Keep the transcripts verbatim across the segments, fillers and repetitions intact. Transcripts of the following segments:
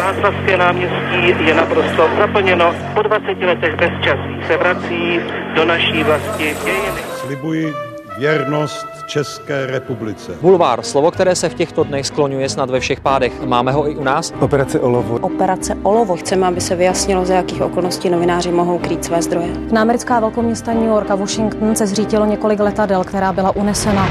Václavské náměstí je naprosto zaplněno. Po dvaceti letech bezčasí se vrací do naší vlasti dějiny. Slibuji věrnost České republice. Bulvár, slovo, které se v těchto dnech skloňuje snad ve všech pádech. Máme ho i u nás? Operace Olovo. Operace Olovo. Chceme, aby se vyjasnilo, za jakých okolností novináři mohou krýt své zdroje. Na americká velkoměsta New York a Washington se zřítilo několik letadel, která byla unesena.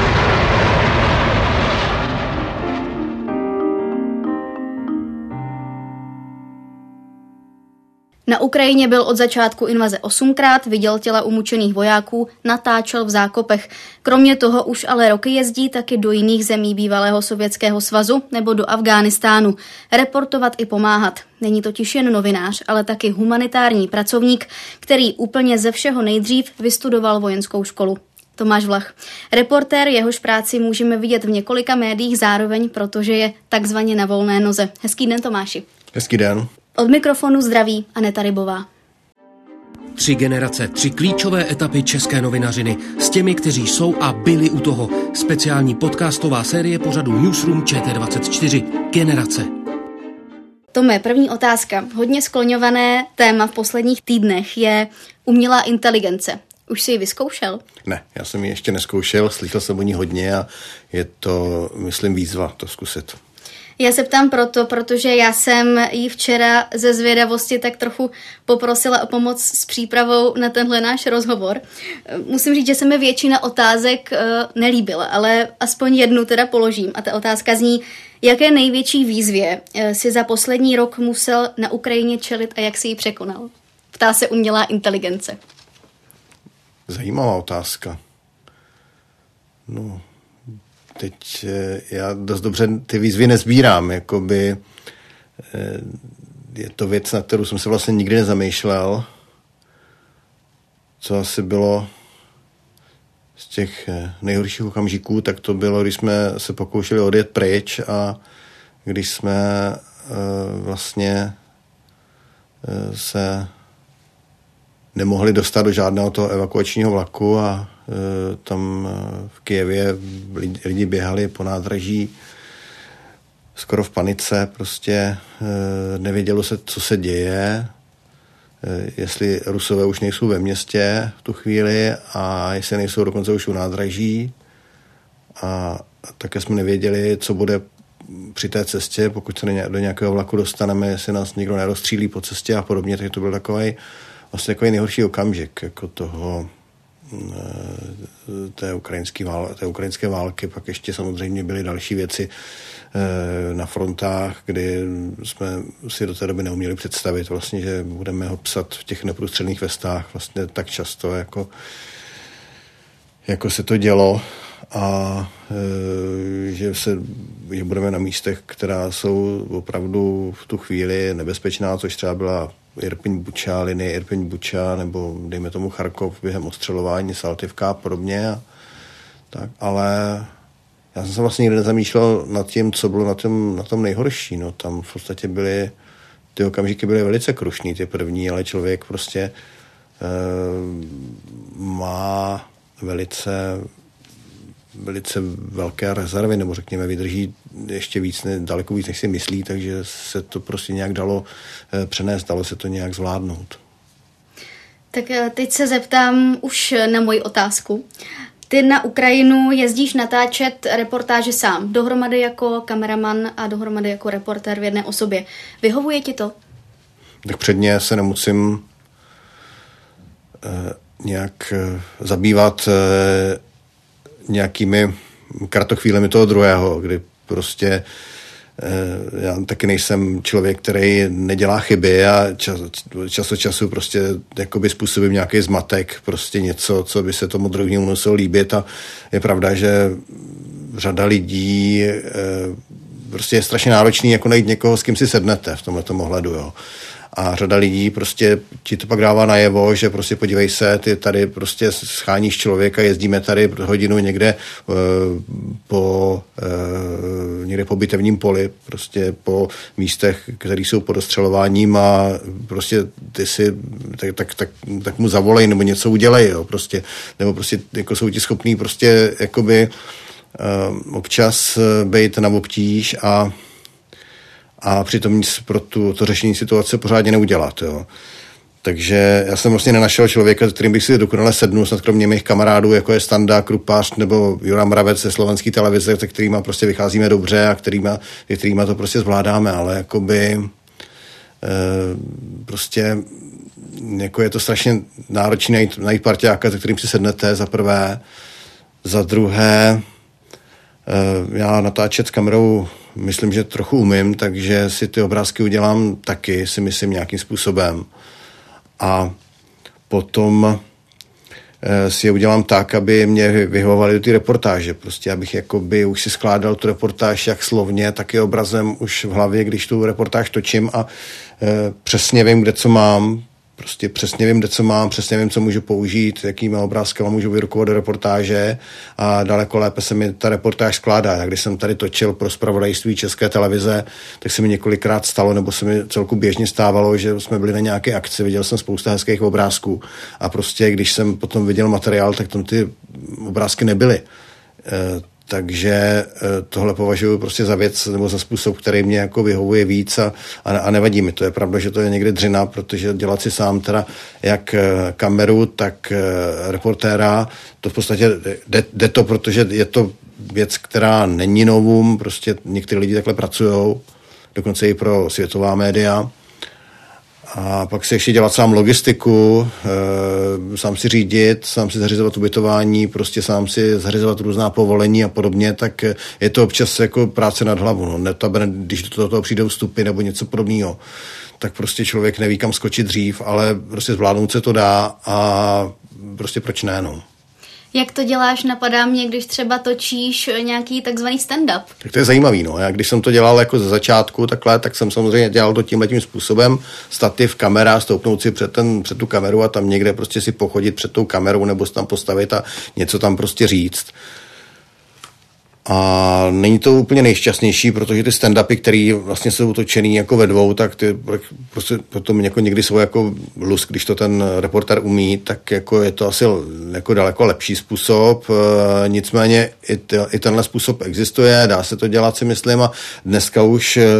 Na Ukrajině byl od začátku invaze osmkrát, viděl těla umučených vojáků, natáčel v zákopech. Kromě toho už ale roky jezdí taky do jiných zemí bývalého Sovětského svazu nebo do Afghánistánu. Reportovat i pomáhat. Není totiž jen novinář, ale taky humanitární pracovník, který úplně ze všeho nejdřív vystudoval vojenskou školu. Tomáš Vlach. Reportér, jehož práci můžeme vidět v několika médiích zároveň, protože je takzvaně na volné noze. Hezký den, Tomáši. Hezký den. Od mikrofonu zdraví Aneta Rybová. Tři generace, tři klíčové etapy české novinařiny s těmi, kteří jsou a byli u toho. Speciální podcastová série pořadu Newsroom Č T dvacet čtyři. Generace. Tome, první otázka. Hodně skloňované téma v posledních týdnech je umělá inteligence. Už jsi ji vyzkoušel? Ne, já jsem ji ještě neskoušel, slyšel jsem o ní hodně a je to, myslím, výzva to zkusit. Já se ptám proto, protože já jsem ji včera ze zvědavosti tak trochu poprosila o pomoc s přípravou na tenhle náš rozhovor. Musím říct, že se mi většina otázek nelíbila, ale aspoň jednu teda položím. A ta otázka zní, jaké největší výzvě si za poslední rok musel na Ukrajině čelit a jak si ji překonal? Ptá se umělá inteligence. Zajímavá otázka. No... Teď já dost dobře ty výzvy nezbírám, jakoby je to věc, na kterou jsem se vlastně nikdy nezamýšlel. Co asi bylo z těch nejhorších okamžiků, tak to bylo, když jsme se pokoušeli odjet pryč a když jsme vlastně se nemohli dostat do žádného toho evakuačního vlaku a tam v Kyjevě lidi běhali po nádraží skoro v panice, prostě nevědělo se, co se děje, jestli Rusové už nejsou ve městě v tu chvíli a jestli nejsou dokonce už u nádraží a také jsme nevěděli, co bude při té cestě, pokud se do nějakého vlaku dostaneme, jestli nás někdo nerozstřílí po cestě a podobně, takže to byl takový vlastně takový nejhorší okamžik jako toho té, ukrajinské vál, té ukrajinské války. Pak ještě samozřejmě byly další věci na frontách, kdy jsme si do té doby neuměli představit vlastně, že budeme ho psat v těch neprůstřelných vestách vlastně tak často, jako, jako se to dělo a že, se, že budeme na místech, která jsou opravdu v tu chvíli nebezpečná, což třeba byla Irpiň Buča, linie Irpiň Buča, nebo dejme tomu Charkov během ostřelování, Saltivka a podobně. A tak, ale já jsem se vlastně nikdy nezamýšlel nad tím, co bylo na tom, na tom nejhorší. No, tam v podstatě byly, ty okamžiky byly velice krušný, ty první, ale člověk prostě e, má velice velice velké rezervy, nebo řekněme vydrží ještě víc, ne, daleko víc, než si myslí, takže se to prostě nějak dalo e, přenést, dalo se to nějak zvládnout. Tak teď se zeptám už na moji otázku. Ty na Ukrajinu jezdíš natáčet reportáže sám, dohromady jako kameraman a dohromady jako reportér v jedné osobě. Vyhovuje ti to? Tak předně se nemusím e, nějak e, zabývat e, nějakými kratochvílemi toho druhého, kdy prostě e, já taky nejsem člověk, který nedělá chyby a čas, čas od času prostě jakoby způsobím nějaký zmatek, prostě něco, co by se tomu druhému muselo líbit a je pravda, že řada lidí e, prostě je strašně náročný jako najít někoho, s kým si sednete v tomhletom ohledu, jo. A řada lidí prostě ti to pak dává najevo, že prostě podívej se, ty tady prostě scháníš člověka, jezdíme tady hodinu někde uh, po uh, někde po bitevním poli, prostě po místech, které jsou pod ostřelováním a prostě ty si tak, tak, tak, tak mu zavolej nebo něco udělej, jo, prostě, nebo prostě jako jsou ti schopný prostě jakoby uh, občas bejt na obtíž a a přitom nic pro tu, to řešení situace pořádně neudělat. Jo. Takže já jsem vlastně nenašel člověka, s kterým bych si dokonale sednul, snad kromě mých kamarádů, jako je Standa Krupář nebo Jura Mravec ze slovenské televize, se kterýma prostě vycházíme dobře a kterýma, kterýma to prostě zvládáme, ale jakoby e, prostě jako je to strašně náročné najít, najít parťáka, se kterým si sednete, za prvé. Za druhé, e, já natáčet s kamerou myslím, že trochu umím, takže si ty obrázky udělám taky, si myslím, nějakým způsobem. A potom e, si je udělám tak, aby mě vyhovovaly do ty reportáže. Prostě abych jakoby už si skládal tu reportáž jak slovně, tak i obrazem už v hlavě, když tu reportáž točím a e, přesně vím, kde co mám. Prostě přesně vím, kde co mám, přesně vím, co můžu použít, jakýma obrázkama můžu vyrukovat do reportáže a daleko lépe se mi ta reportáž skládá. Já když jsem tady točil pro zpravodajství České televize, tak se mi několikrát stalo, nebo se mi celku běžně stávalo, že jsme byli na nějaké akci, viděl jsem spousta hezkých obrázků a prostě když jsem potom viděl materiál, tak tam ty obrázky nebyly. E, Takže tohle považuji prostě za věc nebo za způsob, který mě jako vyhovuje víc a, a nevadí mi. To je pravda, že to je někdy dřina, protože dělat si sám teda jak kameru, tak reportéra, to v podstatě jde, jde to, protože je to věc, která není novum, prostě někteří lidi takhle pracujou, dokonce i pro světová média. A pak si ještě dělat sám logistiku, e, sám si řídit, sám si zařizovat ubytování, prostě sám si zařizovat různá povolení a podobně, tak je to občas jako práce nad hlavu. No. Netabene, když do toho přijdou vstupy nebo něco podobného, tak prostě člověk neví, kam skočit dřív, ale prostě zvládnout se to dá a prostě proč ne, no. Jak to děláš, napadá mě, když třeba točíš nějaký takzvaný stand-up? Tak to je zajímavý, no. Já když jsem to dělal jako ze začátku takhle, tak jsem samozřejmě dělal to tímhletím způsobem. Stativ, kamera, stoupnout si před, ten, před tu kameru a tam někde prostě si pochodit před tou kamerou nebo se tam postavit a něco tam prostě říct. A není to úplně nejšťastnější, protože ty stand-upy, které vlastně jsou utočený jako ve dvou, tak ty prostě potom jako někdy jsou jako lusk, když to ten reportér umí, tak jako je to asi jako daleko lepší způsob. E, nicméně i, ty, i tenhle způsob existuje, dá se to dělat, si myslím, a dneska už e,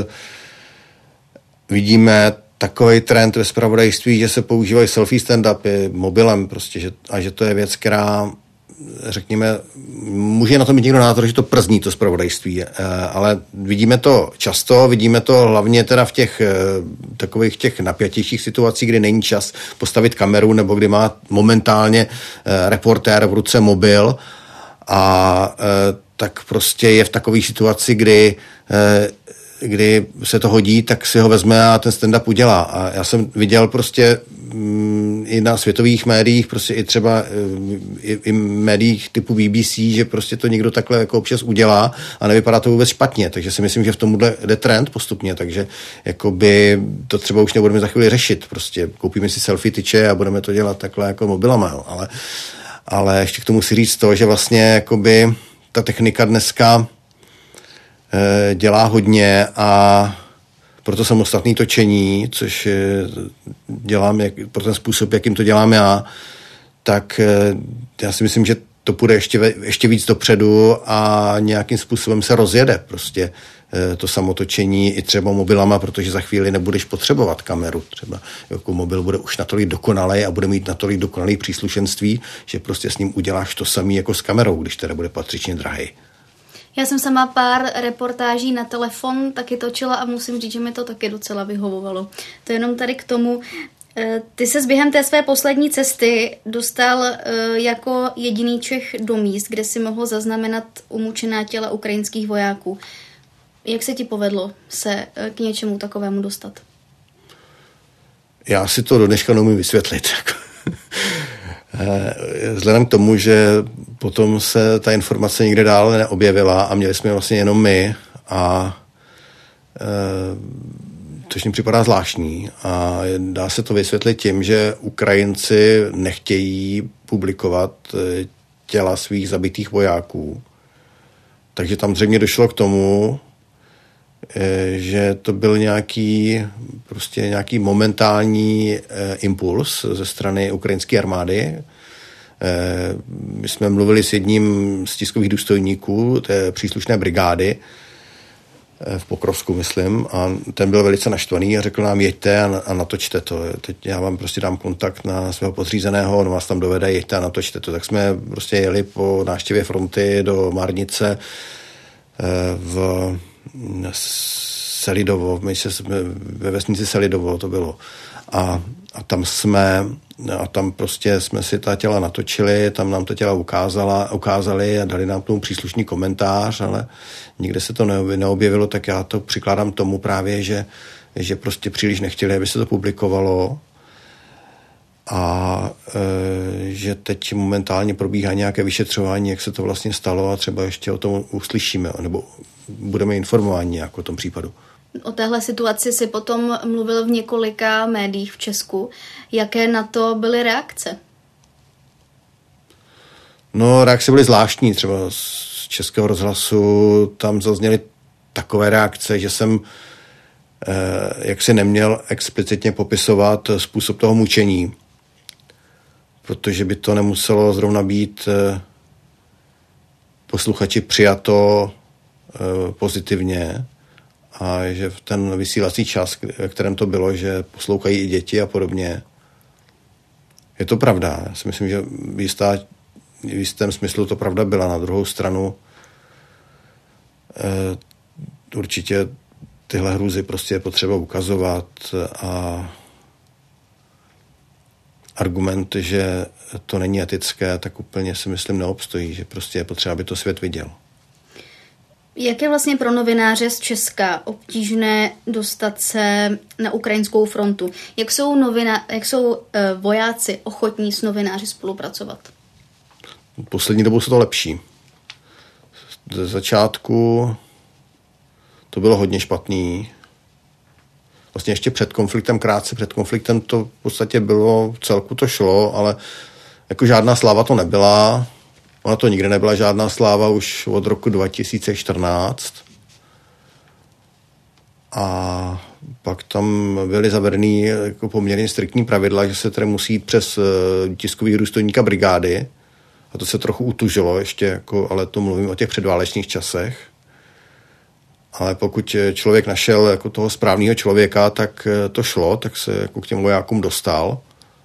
vidíme takový trend ve zpravodajství, že se používají selfie stand-upy mobilem prostě, že, a že to je věc, která řekněme, může na to mít někdo názor, že to przní to zpravodajství, ale vidíme to často, vidíme to hlavně teda v těch takových těch napjatějších situacích, kdy není čas postavit kameru nebo kdy má momentálně reportér v ruce mobil a tak prostě je v takové situaci, kdy kdy se to hodí, tak si ho vezme a ten stand-up udělá. A já jsem viděl prostě mm, i na světových médiích, prostě i třeba i, i médiích typu B B C, že prostě to někdo takhle jako občas udělá a nevypadá to vůbec špatně. Takže si myslím, že v tomhle jde trend postupně, takže jakoby to třeba už nebudeme za chvíli řešit. Prostě koupíme si selfie tyče a budeme to dělat takhle jako mobilama. Jo. Ale, ale ještě k tomu si říct to, že vlastně jakoby ta technika dneska dělá hodně a pro to samostatné točení, což dělám jak, pro ten způsob, jakým to dělám já, tak já si myslím, že to půjde ještě, ještě víc dopředu a nějakým způsobem se rozjede prostě to samotočení i třeba mobilama, protože za chvíli nebudeš potřebovat kameru. Třeba jako mobil bude už natolik dokonalej a bude mít natolik dokonalý příslušenství, že prostě s ním uděláš to samý jako s kamerou, když teda bude patřičně drahý. Já jsem sama pár reportáží na telefon taky točila a musím říct, že mi to taky docela vyhovovalo. To jenom tady k tomu. Ty se během té své poslední cesty dostal jako jediný Čech do míst, kde si mohl zaznamenat umučená těla ukrajinských vojáků. Jak se ti povedlo se k něčemu takovému dostat? Já si to do dneška neumím vysvětlit. Vzhledem k tomu, že potom se ta informace nikde dál neobjevila a měli jsme vlastně jenom my a e, což mi připadá zvláštní a dá se to vysvětlit tím, že Ukrajinci nechtějí publikovat těla svých zabitých vojáků. Takže tam zřejmě došlo k tomu, že to byl nějaký, prostě nějaký momentální impuls ze strany ukrajinské armády. My jsme mluvili s jedním z tiskových důstojníků té příslušné brigády v Pokrovsku, myslím, a ten byl velice naštvaný a řekl nám, jeďte a, a natočte to. Teď já vám prostě dám kontakt na svého podřízeného, on vás tam dovede, jeďte a natočte to. Tak jsme prostě jeli po návštěvě fronty do Márnice v Selidovo, my se, ve vesnici Selidovo to bylo. A, a tam jsme, a tam prostě jsme si ta těla natočili, tam nám ta těla ukázala, ukázali a dali nám tomu příslušný komentář, ale nikde se to neobjevilo, tak já to přikládám tomu právě, že, že prostě příliš nechtěli, aby se to publikovalo a e, že teď momentálně probíhá nějaké vyšetřování, jak se to vlastně stalo a třeba ještě o tom uslyšíme, nebo budeme informováni nějak o tom případu. O téhle situaci si potom mluvil v několika médiích v Česku. Jaké na to byly reakce? No, reakce byly zvláštní. Třeba z Českého rozhlasu tam zazněly takové reakce, že jsem eh, jaksi neměl explicitně popisovat způsob toho mučení, protože by to nemuselo zrovna být eh, posluchači přijato eh, pozitivně, a že v ten vysílací čas, ve kterém to bylo, že poslouchají i děti a podobně. Je to pravda. Já si myslím, že v, jistá, v jistém smyslu to pravda byla. Na druhou stranu eh, určitě tyhle hrůzy prostě je potřeba ukazovat a argument, že to není etické, tak úplně si myslím neobstojí, že prostě je potřeba, aby to svět viděl. Jak je vlastně pro novináře z Česka obtížné dostat se na ukrajinskou frontu? Jak jsou, novina, jak jsou uh, vojáci ochotní s novináři spolupracovat? Poslední dobou se to lepší. Ze začátku to bylo hodně špatný. Vlastně ještě před konfliktem, krátce před konfliktem to v podstatě bylo, v celku to šlo, ale jako žádná sláva to nebyla. Ona to nikdy nebyla žádná sláva už od roku dva tisíce čtrnáct. A pak tam byly zavedený jako poměrně striktní pravidla, že se tedy musí jít přes tiskový důstojníka brigády. A to se trochu utužilo ještě, jako, ale to mluvím o těch předválečných časech. Ale pokud člověk našel jako toho správného člověka, tak to šlo, tak se jako k těm vojákům dostal.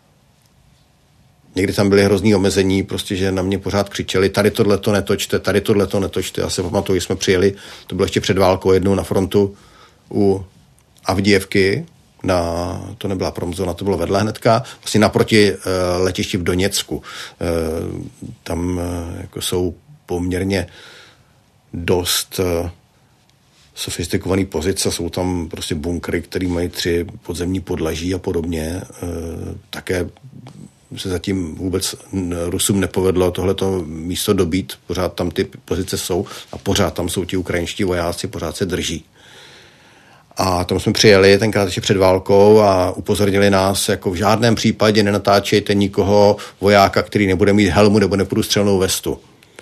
Někdy tam byly hrozný omezení, prostě, že na mě pořád křičeli, tady tohleto netočte, tady tohleto netočte. Já se pamatuju, že jsme přijeli, to bylo ještě před válkou, jednou na frontu u Avdijevky, na, to nebyla pромzona, to bylo vedle hnedka, vlastně naproti uh, letišti v Doněcku. Uh, tam uh, jako jsou poměrně dost uh, sofistikované pozice, jsou tam prostě bunkry, které mají tři podzemní podlaží a podobně. Uh, také se zatím vůbec Rusům nepovedlo tohleto místo dobít, pořád tam ty pozice jsou a pořád tam jsou ti ukrajinští vojáci, pořád se drží. A tam jsme přijeli tenkrát ještě před válkou a upozornili nás, jako v žádném případě nenatáčejte nikoho vojáka, který nebude mít helmu nebo neprůstřelnou vestu.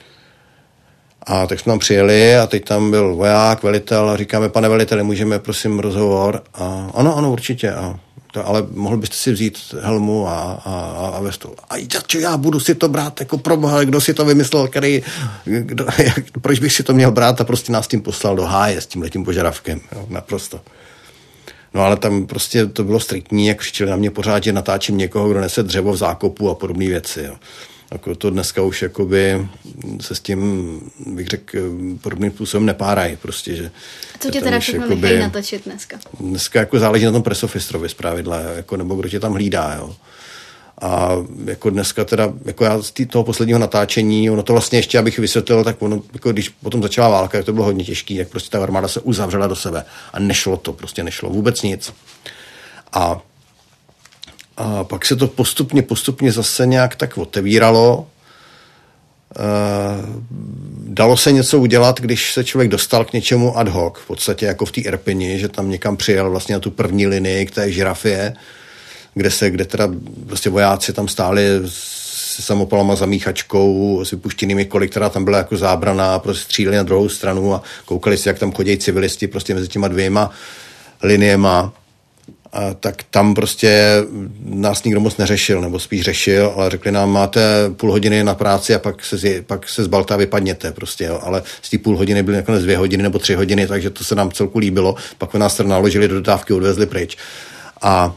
A tak jsme tam přijeli a teď tam byl voják, velitel a říkáme, pane veliteli, můžeme prosím rozhovor? A ano, ano, určitě. A to, ale mohl byste si vzít helmu a, a, a vestu. A čo, já budu si to brát, jako proboha, kdo si to vymyslel, který, kdo, jak, proč bych si to měl brát a prostě nás tím poslal do háje s tímhletím požadavkem, jo, naprosto. No ale tam prostě to bylo striktní, jak křičeli na mě pořád, že natáčím někoho, kdo nese dřevo v zákopu a podobné věci, jo. Jako to dneska už jakoby se s tím, bych řekl, podobným způsobem nepárají. Prostě, že a co tě teda všechno nechají natočit dneska? Dneska jako záleží na tom presofistrovi zpravidla, jako, nebo kdo tě tam hlídá. Jo. A jako dneska teda, jako já z toho posledního natáčení, ono to vlastně ještě, abych vysvětlil, tak ono, jako když potom začala válka, tak to bylo hodně těžký, jak prostě ta armáda se uzavřela do sebe a nešlo to, prostě nešlo vůbec nic. A A pak se to postupně, postupně zase nějak tak otevíralo. E, dalo se něco udělat, když se člověk dostal k něčemu ad hoc, v podstatě jako v té Irpini, že tam někam přijel vlastně na tu první linii k té žirafě, kde se, kde teda vlastně vojáci tam stáli s samopalama zamíchačkou, s vypuštěnými koly, která tam byla jako zábrana, prostě stříleli na druhou stranu a koukali si, jak tam chodí civilisti prostě mezi těma dvěma liniema. A tak tam prostě nás nikdo moc neřešil, nebo spíš řešil, ale řekli nám, máte půl hodiny na práci a pak se, z, pak se z balta vypadněte prostě, jo. Ale z té půl hodiny byly nakonec dvě hodiny nebo tři hodiny, takže to se nám celku líbilo. Pak nás to naložili do dodávky, odvezli pryč. A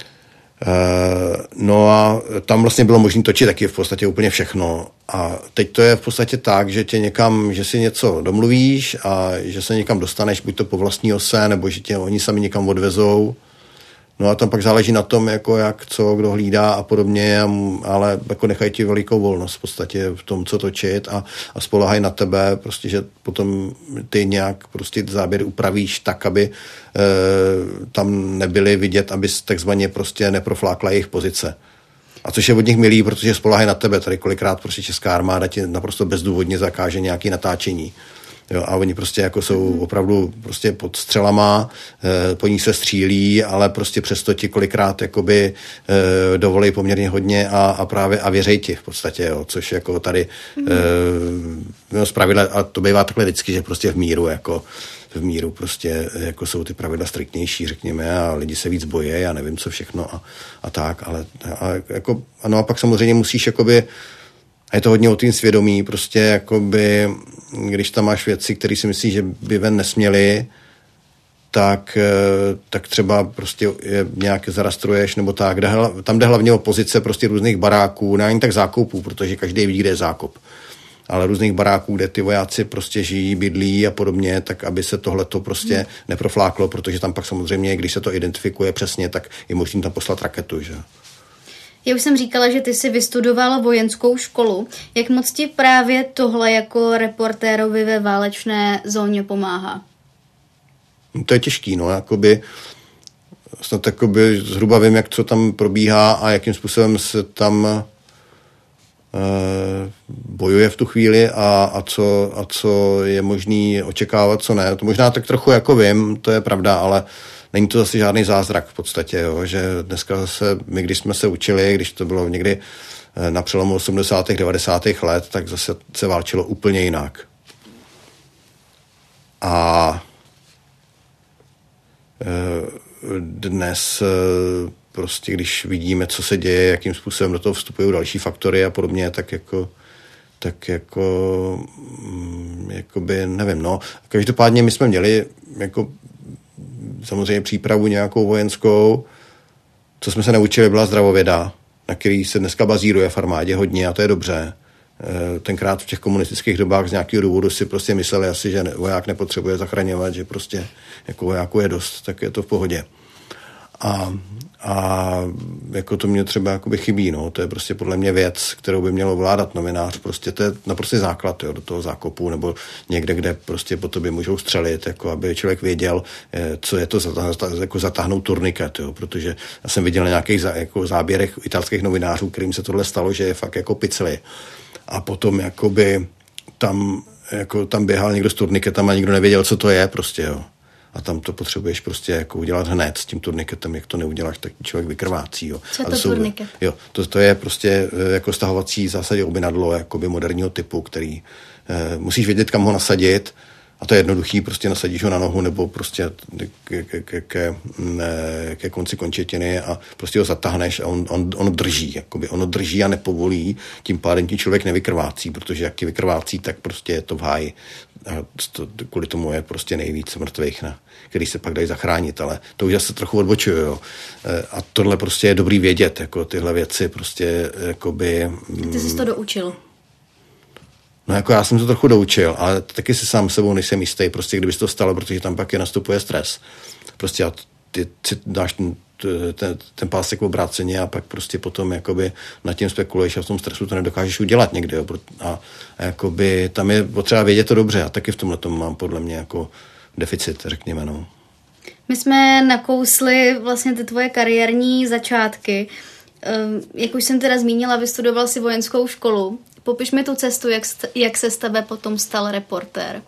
no a tam vlastně bylo možné točit taky v podstatě úplně všechno. A teď to je v podstatě tak, že tě někam, že si něco domluvíš a že se někam dostaneš, buď to po vlastní ose, nebo že tě oni sami někam odvezou. No a tam pak záleží na tom, jako jak, co, kdo hlídá a podobně, ale jako nechají ti velikou volnost v podstatě v tom, co točit a, a spolehají na tebe, prostě, že potom ty nějak prostě záběr upravíš tak, aby e, tam nebyly vidět, aby takzvaně prostě neproflákla jejich pozice. A což je od nich milý, protože spolehají na tebe. Tady kolikrát prostě česká armáda ti naprosto bezdůvodně zakáže nějaké natáčení. Jo, a oni prostě jako jsou opravdu prostě pod střelama, e, po nich se střílí, ale prostě přesto ti kolikrát jakoby e, dovolí poměrně hodně a, a právě a věřej ti v podstatě, jo, což jako tady mm. e, no, zpravidla, a to bývá takhle vždycky, že prostě v míru jako v míru prostě jako jsou ty pravidla striktnější, řekněme, a lidi se víc bojí, já nevím co všechno a, a tak, ale a, jako, no a pak samozřejmě musíš jakoby a je to hodně o tým svědomí, prostě jakoby, když tam máš věci, které si myslíš, že by ven nesměly, tak, tak třeba prostě je nějak zarastruješ nebo tak. Tam jde hlavně o pozice prostě různých baráků, ne ani tak zákopů, protože každý ví, kde je zákop. Ale různých baráků, kde ty vojáci prostě žijí, bydlí a podobně, tak aby se tohleto prostě neprofláklo, protože tam pak samozřejmě, když se to identifikuje přesně, tak je možný tam poslat raketu, že? Já už jsem říkala, že ty jsi vystudoval vojenskou školu. Jak moc ti právě tohle jako reportérovi ve válečné zóně pomáhá? To je těžký, no, jakoby snad jakoby zhruba vím, jak co tam probíhá a jakým způsobem se tam e, bojuje v tu chvíli a, a, co, a co je možný očekávat, co ne. To možná tak trochu jako vím, to je pravda, ale není to zase žádný zázrak v podstatě, jo, že dneska zase, my když jsme se učili, když to bylo někdy na přelomu osmdesátých devadesátých let, tak zase se válčilo úplně jinak. A dnes prostě, když vidíme, co se děje, jakým způsobem do toho vstupují další faktory a podobně, tak jako tak jako jakoby, nevím, no. Každopádně my jsme měli jako samozřejmě přípravu nějakou vojenskou. Co jsme se naučili, byla zdravověda, na který se dneska bazíruje v armádě hodně a to je dobře. Tenkrát v těch komunistických dobách z nějakého důvodu si prostě mysleli asi, že voják nepotřebuje zachraňovat, že prostě jako vojáků je dost, tak je to v pohodě. A, a jako to mě třeba jakoby chybí, no. To je prostě podle mě věc, kterou by mělo vládat novinář. Prostě to je naprosto základ, jo, do toho zákopu nebo někde, kde prostě po tobě můžou střelit, jako aby člověk věděl, co je to za, jako zatáhnout turniket, jo, protože já jsem viděl na nějakých zá, jako záběrech italských novinářů, kterým se tohle stalo, že je fakt jako picli. A potom jakoby tam, jako tam běhal někdo s turniketem a nikdo nevěděl, co to je prostě, jo. A tam to potřebuješ prostě jako udělat hned s tím turniketem, jak to neuděláš, tak člověk vykrvácí. Jo. Co je to, to turniket? Jo, to, to je prostě jako stahovací zásadě obinadlo jakoby moderního typu, který eh, musíš vědět, kam ho nasadit. A to je jednoduchý, prostě nasadíš ho na nohu nebo prostě ke, ke, ke, ke, ke konci končetiny a prostě ho zatáhneš a on, on, on drží, jakoby on drží a nepovolí, tím pádem ti člověk nevykrvácí, protože jak ti vykrvácí, tak prostě je to v háji. A to, kvůli tomu je prostě nejvíc mrtvých, na který se pak dají zachránit, ale to už se trochu odbočuju, jo. A tohle prostě je dobrý vědět, jako tyhle věci prostě jakoby... Ty jsi to doučil? No jako já jsem to trochu doučil, ale taky si sám sebou nejsem jistý, prostě kdyby se to stalo, protože tam pak je nastupuje stres. Prostě a ty si dáš ten, ten, ten pásek obráceně a pak prostě potom jakoby nad tím spekuluješ a v tom stresu to nedokážeš udělat někdy, jo. A, a jakoby tam je potřeba vědět to dobře a taky v tomhle tom mám podle mě jako deficit, řekněme, no. My jsme nakousli vlastně ty tvoje kariérní začátky. Jak už jsem teda zmínila, vystudoval si vojenskou školu. Popiš mi tu cestu, jak, jak se z tebe potom stal reportér.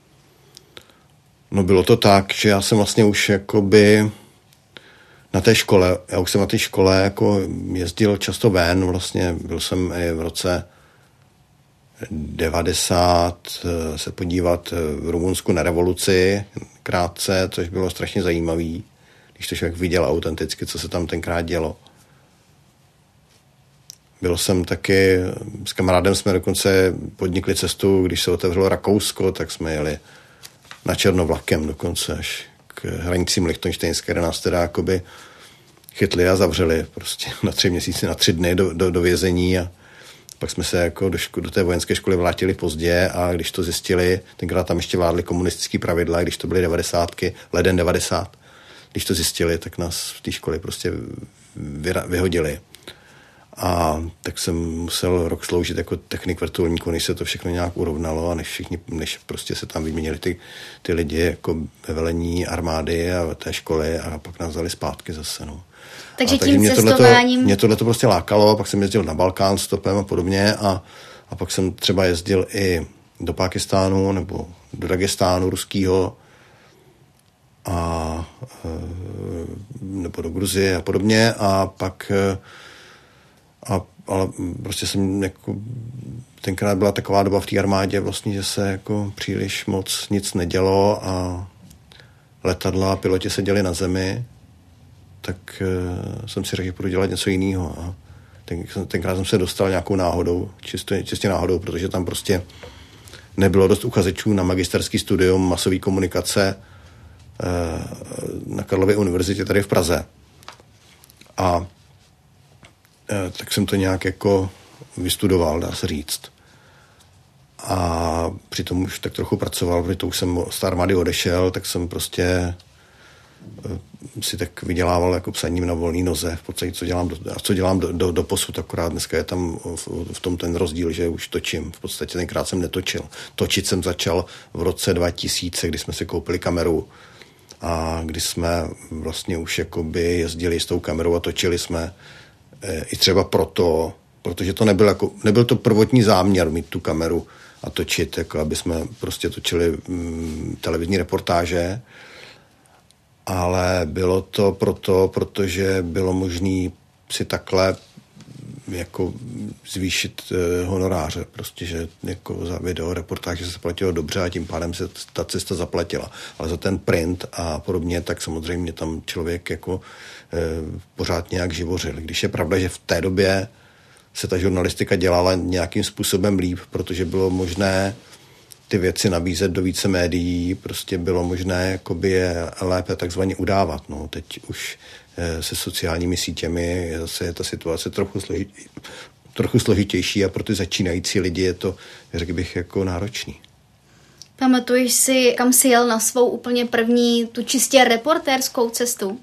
No bylo to tak, že já jsem vlastně už jakoby na té škole, já už jsem na té škole jako jezdil často ven, vlastně byl jsem i v roce devadesát se podívat v Rumunsku na revoluci krátce, což bylo strašně zajímavý. když to člověk viděl autenticky, co se tam tenkrát dělo. Byl jsem taky, s kamarádem jsme dokonce podnikli cestu, když se otevřelo Rakousko, tak jsme jeli na černo vlakem dokonce až k hranicím Lichtenštejnské, kde nás teda jakoby chytli a zavřeli prostě na tři měsíce, na tři dny do, do, do vězení a pak jsme se jako do, ško- do té vojenské školy vrátili pozdě a když to zjistili, tenkrát tam ještě vládly komunistické pravidla, když to byly devadesátky, leden devadesát, když to zjistili, tak nás v té škole prostě vyra- vyhodili. A tak jsem musel rok sloužit jako technik vrtulníku, než se to všechno nějak urovnalo a než všichni, než prostě se tam vyměnili ty, ty lidi jako ve velení armády a té školy a pak nás vzali zpátky zase, no. Takže a, tím takže mě cestováním... Tohleto, mě tohle to prostě lákalo, pak jsem jezdil na Balkán stopem a podobně a, a pak jsem třeba jezdil i do Pákistánu nebo do Dagestánu ruskýho a nebo do Gruzie a podobně a pak a, ale prostě jsem jako tenkrát byla taková doba v té armádě vlastně, že se jako příliš moc nic nedělo a letadla a piloti seděli na zemi, tak uh, jsem si řekl, že půjdu dělat něco jiného. A ten, tenkrát jsem se dostal nějakou náhodou, čistě, čistě náhodou, protože tam prostě nebylo dost uchazečů na magisterský studium masové komunikace uh, na Karlově univerzitě tady v Praze. A uh, tak jsem to nějak jako vystudoval, dá se říct. A přitom už tak trochu pracoval, protože to už jsem z té armády odešel, tak jsem prostě si tak vydělával jako psaním na volný noze, v podstatě, co dělám do, a co dělám do, do, do posud, akorát dneska je tam v, v tom ten rozdíl, že už točím. V podstatě tenkrát jsem netočil. Točit jsem začal v roce dva tisíce, kdy jsme si koupili kameru a kdy jsme vlastně už jakoby jezdili s tou kamerou a točili jsme e, i třeba proto, protože to nebyl, jako, nebyl to prvotní záměr mít tu kameru a točit, jako aby jsme prostě točili mm, televizní reportáže, ale bylo to proto, protože bylo možné si takhle jako zvýšit uh, honoráře, prostě, že jako za video reportáže se platilo dobře a tím pádem se ta cesta zaplatila. Ale za ten print a podobně, tak samozřejmě tam člověk jako uh, pořád nějak živořil. Když je pravda, že v té době se ta žurnalistika dělala nějakým způsobem líp, protože bylo možné ty věci nabízet do více médií, prostě bylo možné jakoby je lépe takzvaně udávat. No, teď už se sociálními sítěmi zase je ta situace trochu, složit, trochu složitější a pro ty začínající lidi je to, řekl bych, jako náročný. Pamatuješ si, kam jsi jel na svou úplně první, tu čistě reportérskou cestu?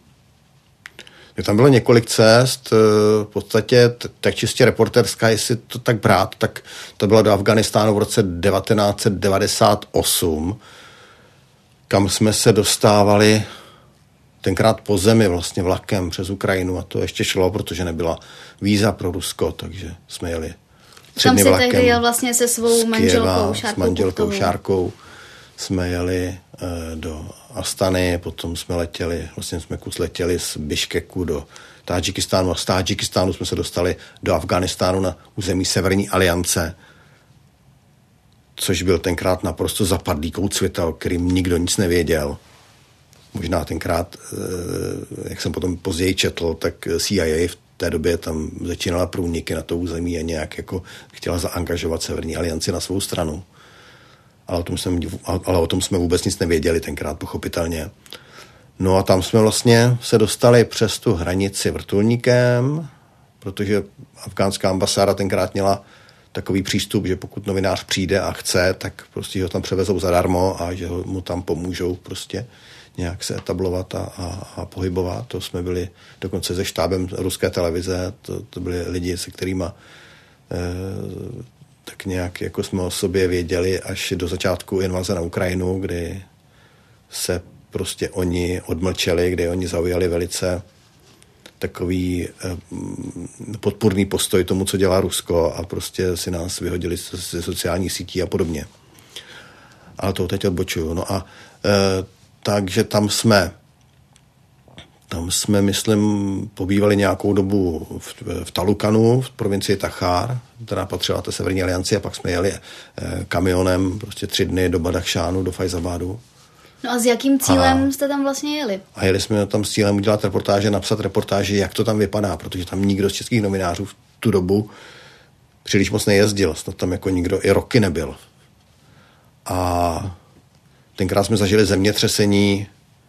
Tam bylo několik cest, v podstatě tak čistě reporterská, jestli to tak brát, tak to bylo do Afghánistánu v roce devatenáct set devadesát osm, kam jsme se dostávali tenkrát po zemi vlastně vlakem přes Ukrajinu a to ještě šlo, protože nebyla víza pro Rusko, takže jsme jeli tři dny vlakem. Tam si tehdy jel vlastně se svou manželkou Šárkou. S manželkou Šárkou jsme jeli e, do Astany, potom jsme letěli, vlastně jsme kus letěli z Biškeku do Tádžikistánu a z Tádžikistánu jsme se dostali do Afghánistánu na území Severní aliance, což byl tenkrát naprosto zapadlý koutcvitel, kterým nikdo nic nevěděl. Možná tenkrát, e, jak jsem potom později četl, tak C I A v té době tam začínala průniky na to území a nějak jako chtěla zaangažovat Severní alianci na svou stranu. Ale o, tom jsme, ale o tom jsme vůbec nic nevěděli tenkrát, pochopitelně. No a tam jsme vlastně se dostali přes tu hranici vrtulníkem, protože afgánská ambasáda tenkrát měla takový přístup, že pokud novinář přijde a chce, tak prostě ho tam převezou zadarmo a že mu tam pomůžou prostě nějak se etablovat a, a, a pohybovat. To jsme byli dokonce se štábem ruské televize, to, to byli lidi, se kterými eh, tak nějak jako jsme o sobě věděli až do začátku invaze na Ukrajinu, kdy se prostě oni odmlčeli, kdy oni zaujali velice takový eh, podpůrný postoj tomu, co dělá Rusko a prostě si nás vyhodili ze sociálních sítí a podobně. Ale to teď odbočuju. No a eh, takže tam jsme Tam jsme, myslím, pobývali nějakou dobu v, v Talukanu, v provincii Tachár, která patřila té Severní alianci, a pak jsme jeli eh, kamionem prostě tři dny do Badachšánu, do Fajzabádu. No a s jakým cílem a, jste tam vlastně jeli? A jeli jsme tam s cílem udělat reportáže, napsat reportáže, jak to tam vypadá, protože tam nikdo z českých novinářů v tu dobu příliš moc nejezdil, snad tam jako nikdo i roky nebyl. A tenkrát jsme zažili zemětřesení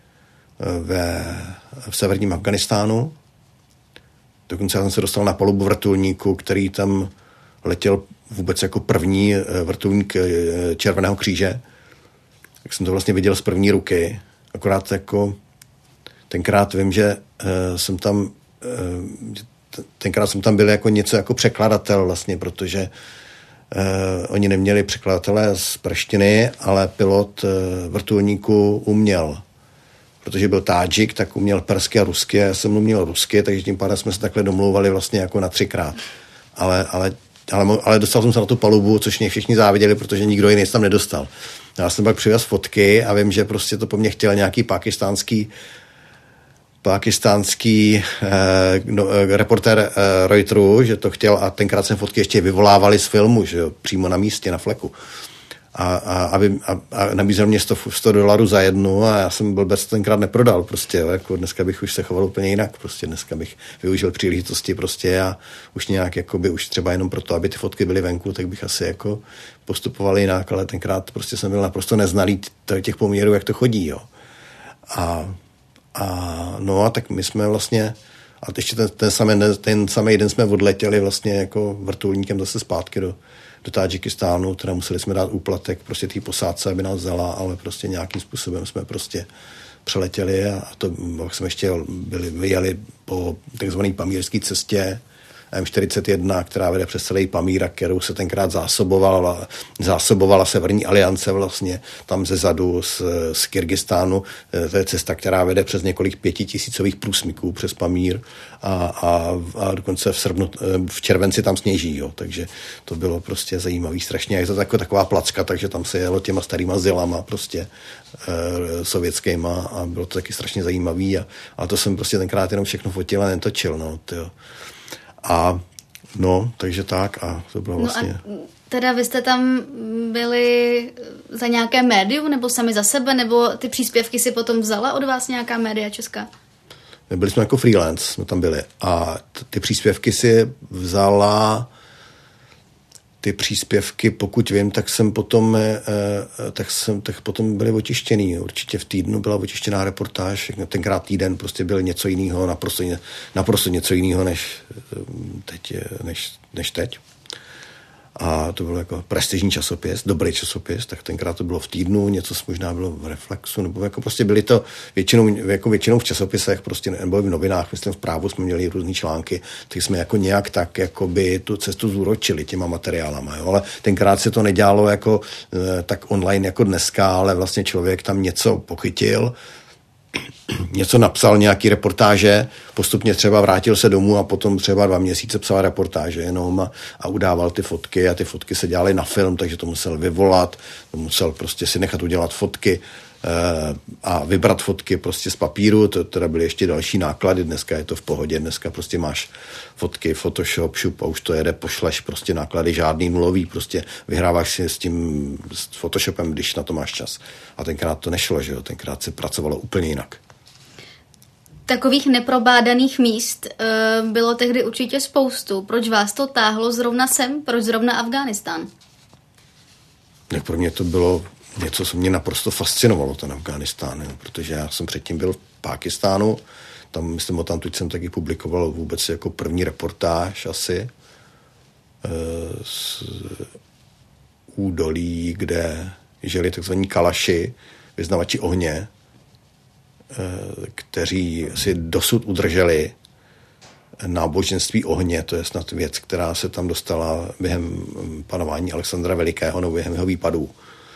ve, v severním Afghánistánu. Dokonce já jsem se dostal na palubu vrtulníku, který tam letěl vůbec jako první vrtulník Červeného kříže. Tak jsem to vlastně viděl z první ruky. Akorát jako tenkrát vím, že uh, jsem tam uh, tenkrát jsem tam byl jako něco jako překladatel vlastně, protože uh, oni neměli překladatele z perštiny, ale pilot uh, vrtulníku uměl. Protože byl Tádžik, tak uměl persky a rusky, a já jsem uměl rusky, takže tím pádem jsme se takhle domlouvali vlastně jako na třikrát. Ale, ale, ale, ale dostal jsem se na tu palubu, což mě všichni záviděli, protože nikdo jiný tam nedostal. Já jsem pak přivez fotky a vím, že prostě to po mně chtěl nějaký pakistánský pakistánský eh, no, eh, reportér eh, Reutersu, že to chtěl a tenkrát jsem fotky ještě vyvolávali z filmu, že jo, přímo na místě, na fleku. A, a, aby, a, a nabízel mě sto dolarů za jednu a já jsem blbec tenkrát neprodal prostě, jo, jako dneska bych už se choval úplně jinak, prostě dneska bych využil příležitosti prostě a už nějak jakoby už třeba jenom proto, aby ty fotky byly venku, tak bych asi jako postupoval jinak, ale tenkrát prostě jsem byl naprosto neznalý těch poměrů, jak to chodí, jo. A, a no a tak my jsme vlastně, a ještě ten, ten, samý, ten samý den jsme odletěli vlastně jako vrtulníkem zase zpátky do do Tádžikistánu, teda museli jsme dát úplatek prostě té posádce, aby nás vzala, ale prostě nějakým způsobem jsme prostě přeletěli a to jsme ještě byli, vyjeli po takzvané pamírské cestě M čtyřicet jedna, která vede přes celý Pamír a kterou se tenkrát zásobovala, zásobovala Severní aliance vlastně tam ze zadu z, z Kyrgyzstánu. To je cesta, která vede přes několik pětitisícových průsmyků přes Pamír a, a, a dokonce v srpnu, v červenci tam sněží, jo. Takže to bylo prostě zajímavý strašně. Je to taková, taková placka, takže tam se jelo těma starýma zilama prostě e, sovětskýma a bylo to taky strašně zajímavý a, a to jsem prostě tenkrát jenom všechno fotil a netočil, no, tyjo. A no, takže tak a to bylo vlastně... No a teda vy jste tam byli za nějaké médium nebo sami za sebe, nebo ty příspěvky si potom vzala od vás nějaká média česká? Byli jsme jako freelance, jsme tam byli a ty příspěvky si vzala... Ty příspěvky, pokud vím, tak jsem potom, eh, tak jsem, tak potom byly otištěný. Určitě v týdnu byla otištěná reportáž. Tenkrát týden prostě byl něco jiného, naprosto, naprosto něco jiného než teď, než, než teď. A to bylo jako prestižní časopis, dobrý časopis, tak tenkrát to bylo v týdnu, něco možná bylo v Reflexu, nebo jako prostě byly to většinou, jako většinou v časopisech, prostě nebo v novinách, myslím v Právu jsme měli různý články, tak jsme jako nějak tak jako by tu cestu zúročili těma materiálama, jo? Ale tenkrát se to nedělalo jako tak online jako dneska, ale vlastně člověk tam něco pochytil, něco napsal, nějaký reportáže, postupně třeba vrátil se domů a potom třeba dva měsíce psal reportáže jenom a, a udával ty fotky a ty fotky se dělaly na film, takže to musel vyvolat, to musel prostě si nechat udělat fotky e, a vybrat fotky prostě z papíru, to teda byly ještě další náklady, dneska je to v pohodě, dneska prostě máš fotky, Photoshop, šup a už to jede, pošleš prostě náklady žádný nulový, prostě vyhráváš si s tím s Photoshopem, když na to máš čas. A tenkrát to nešlo, že jo, tenkrát se pracovalo úplně jinak. Takových neprobádaných míst e, bylo tehdy určitě spoustu. Proč vás to táhlo zrovna sem? Proč zrovna Afghánistán? Tak pro mě to bylo něco, co mě naprosto fascinovalo, ten Afghánistán, jo, protože já jsem předtím byl v Pákistánu, tam, myslím, o tamtud jsem taky publikoval vůbec jako první reportáž asi e, z údolí, kde žili takzvaní kalaši, vyznavači ohně, kteří si dosud udrželi náboženství ohně, to je snad věc, která se tam dostala během panování Alexandra Velikého nebo během jeho výpadů.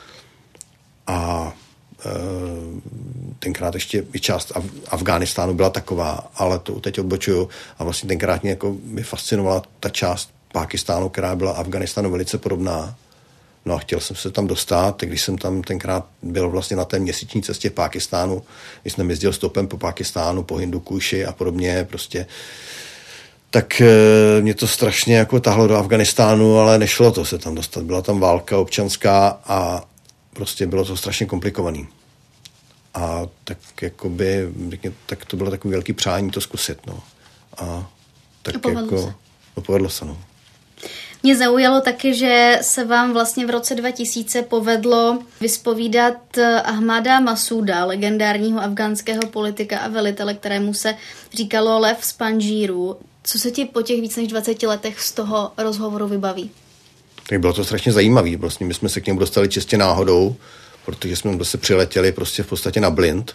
A e, tenkrát ještě i část Af- Afghánistánu byla taková, ale to teď odbočuju a vlastně tenkrát mě jako by fascinovala ta část Pákistánu, která byla Afghánistánu velice podobná. No a chtěl jsem se tam dostat, tak když jsem tam tenkrát byl vlastně na té měsíční cestě v Pákistánu, když jsem jezdil stopem po Pákistánu, po Hindukuši a podobně, prostě, tak e, mě to strašně jako tahlo do Afghánistánu, ale nešlo to se tam dostat. Byla tam válka občanská a prostě bylo to strašně komplikovaný. A tak jakoby, tak to bylo takový velký přání to zkusit, no. A tak a povedlo jako, se. No, povedlo se, no. Mě zaujalo taky, že se vám vlastně v roce dva tisíce povedlo vyspovídat Ahmada Masouda, legendárního afgánského politika a velitele, kterému se říkalo Lev z Panžíru. Co se ti po těch víc než dvaceti letech z toho rozhovoru vybaví? Tak bylo to strašně zajímavý. Vlastně my jsme se k němu dostali čistě náhodou, protože jsme prostě přiletěli prostě v podstatě na blind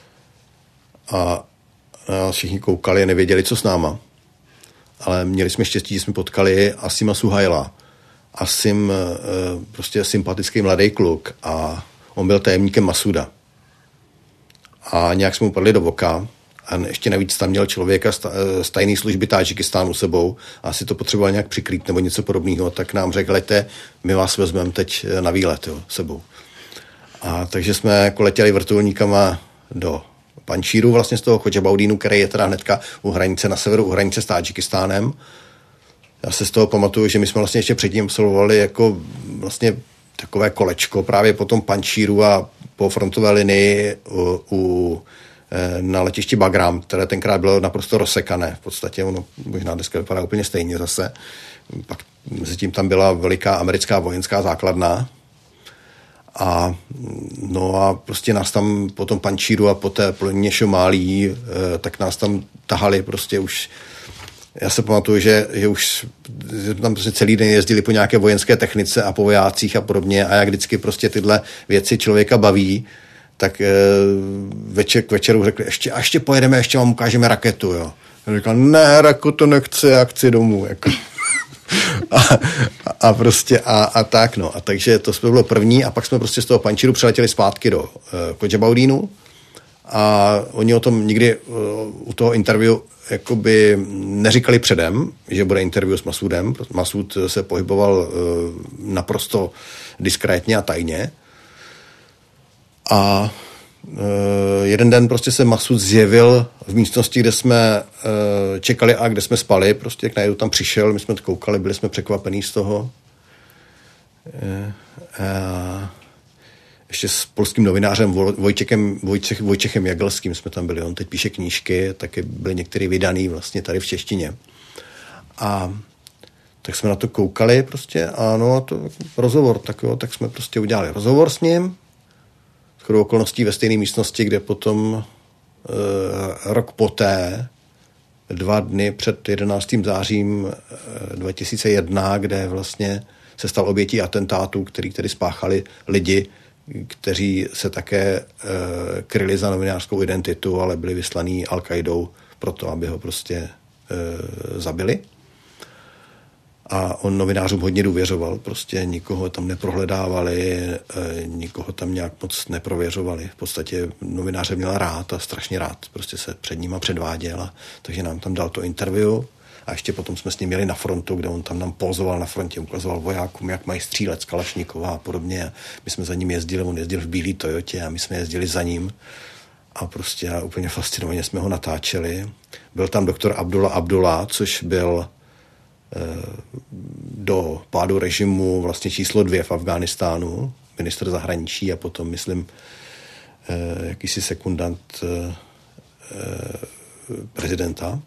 a, a všichni koukali a nevěděli, co s náma. Ale měli jsme štěstí, že jsme potkali Asima Suhaila. Asim prostě sympatický mladý kluk a on byl tajemníkem Masouda. A nějak jsme upadli do voka a ještě navíc tam měl člověka z tajné služby Tádžikistánu sebou a asi to potřeboval nějak přikrýt nebo něco podobného, tak nám řekl, leďte, my vás vezmeme teď na výlet, jo, sebou. A takže jsme jako letěli vrtulníkama do Panžšíru, vlastně z toho Chodžabaudínu, který je teda hnedka u hranice na severu, u hranice s Tádžikistánem. Já se z toho pamatuju, že my jsme vlastně ještě předtím absolvovali jako vlastně takové kolečko právě po tom Panžšíru a po frontové linii u, u, na letišti Bagram, které tenkrát bylo naprosto rozsekané. V podstatě ono možná dneska vypadá úplně stejně zase. Pak mezi tím tam byla veliká americká vojenská základna. A no a prostě nás tam po tom Panžšíru a po té plně Šomálí, tak nás tam tahali prostě už. Já se pamatuju, že, že už tam prostě celý den jezdili po nějaké vojenské technice a po vojácích a podobně a jak vždycky prostě tyhle věci člověka baví, tak e, večer k večeru řekli, ještě, a ještě pojedeme, ještě vám ukážeme raketu, jo. A říkal, ne, raketu nechci, já chci domů, jako. A, a prostě a, a tak, no. A takže to bylo první a pak jsme prostě z toho Panžšíru přeletěli zpátky do uh, Chodžabaudínu a oni o tom nikdy uh, u toho interview jakoby neříkali předem, že bude interview s Masoudem. Masoud se pohyboval uh, naprosto diskrétně a tajně. A uh, jeden den prostě se Masoud zjevil v místnosti, kde jsme uh, čekali a kde jsme spali. Prostě jak najednou tam přišel, my jsme to koukali, byli jsme překvapení z toho. Uh, uh, ještě s polským novinářem Vojtěchem, Vojtěch, Vojtěchem Jagelským jsme tam byli. On teď píše knížky, taky byly některé vydaný vlastně tady v češtině. A tak jsme na to koukali prostě a no, to rozhovor, tak jo, tak jsme prostě udělali rozhovor s ním. Shodou okolností ve stejné místnosti, kde potom e, rok poté, dva dny před jedenáctým zářím dva tisíce jedna, kde vlastně se stal obětí atentátů, který tedy spáchali lidi, kteří se také e, kryli za novinářskou identitu, ale byli vyslaný Al-Qaidou proto, aby ho prostě e, zabili. A on novinářům hodně důvěřoval, prostě nikoho tam neprohledávali, e, nikoho tam nějak moc neprověřovali. V podstatě novináře měl rád a strašně rád, prostě se před nima předváděl, a, takže nám tam dal to interview. A ještě potom jsme s ním měli na frontu, kde on tam nám pozoval na frontě, ukazoval vojákům, jak mají střílet z Kalašnikova a podobně. A my jsme za ním jezdili, on jezdil v bílý Toyotě a my jsme jezdili za ním. A prostě a úplně fascinovaně jsme ho natáčeli. Byl tam doktor Abdullah Abdullah, což byl eh, do pádu režimu vlastně číslo dvě v Afghánistánu, ministr zahraničí a potom, myslím, eh, jakýsi sekundant eh, prezidenta.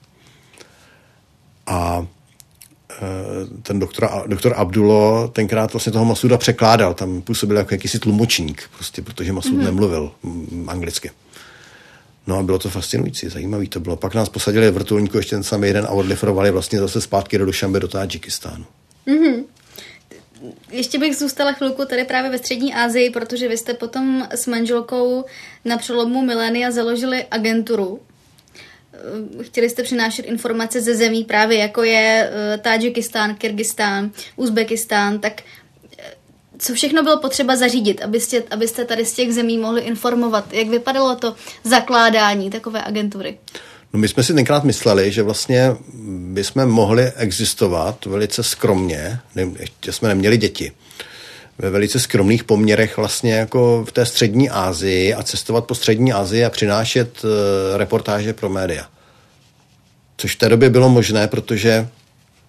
A ten doktor, doktor Abdullah tenkrát vlastně toho Masouda překládal, tam působil jako jakýsi tlumočník, prostě, protože Masoud mm-hmm. nemluvil anglicky. No a bylo to fascinující, zajímavý to bylo. Pak nás posadili v vrtulníku ještě ten samý jeden a odlifrovali vlastně zase zpátky do Dušanbe, do Tádžikistánu. Mm-hmm. Ještě bych zůstala chvilku tady právě ve střední Asii, protože vy jste potom s manželkou na přelomu milénia založili agenturu. Chtěli jste přinášet informace ze zemí právě jako je Tádžikistán, Kyrgyzstán, Uzbekistán, tak co všechno bylo potřeba zařídit, abyste, abyste tady z těch zemí mohli informovat? Jak vypadalo to zakládání takové agentury? No my jsme si tenkrát mysleli, že vlastně bychom mohli existovat velice skromně, ještě jsme neměli děti, ve velice skromných poměrech vlastně jako v té střední Asii a cestovat po střední Asii a přinášet uh, reportáže pro média. Což v té době bylo možné, protože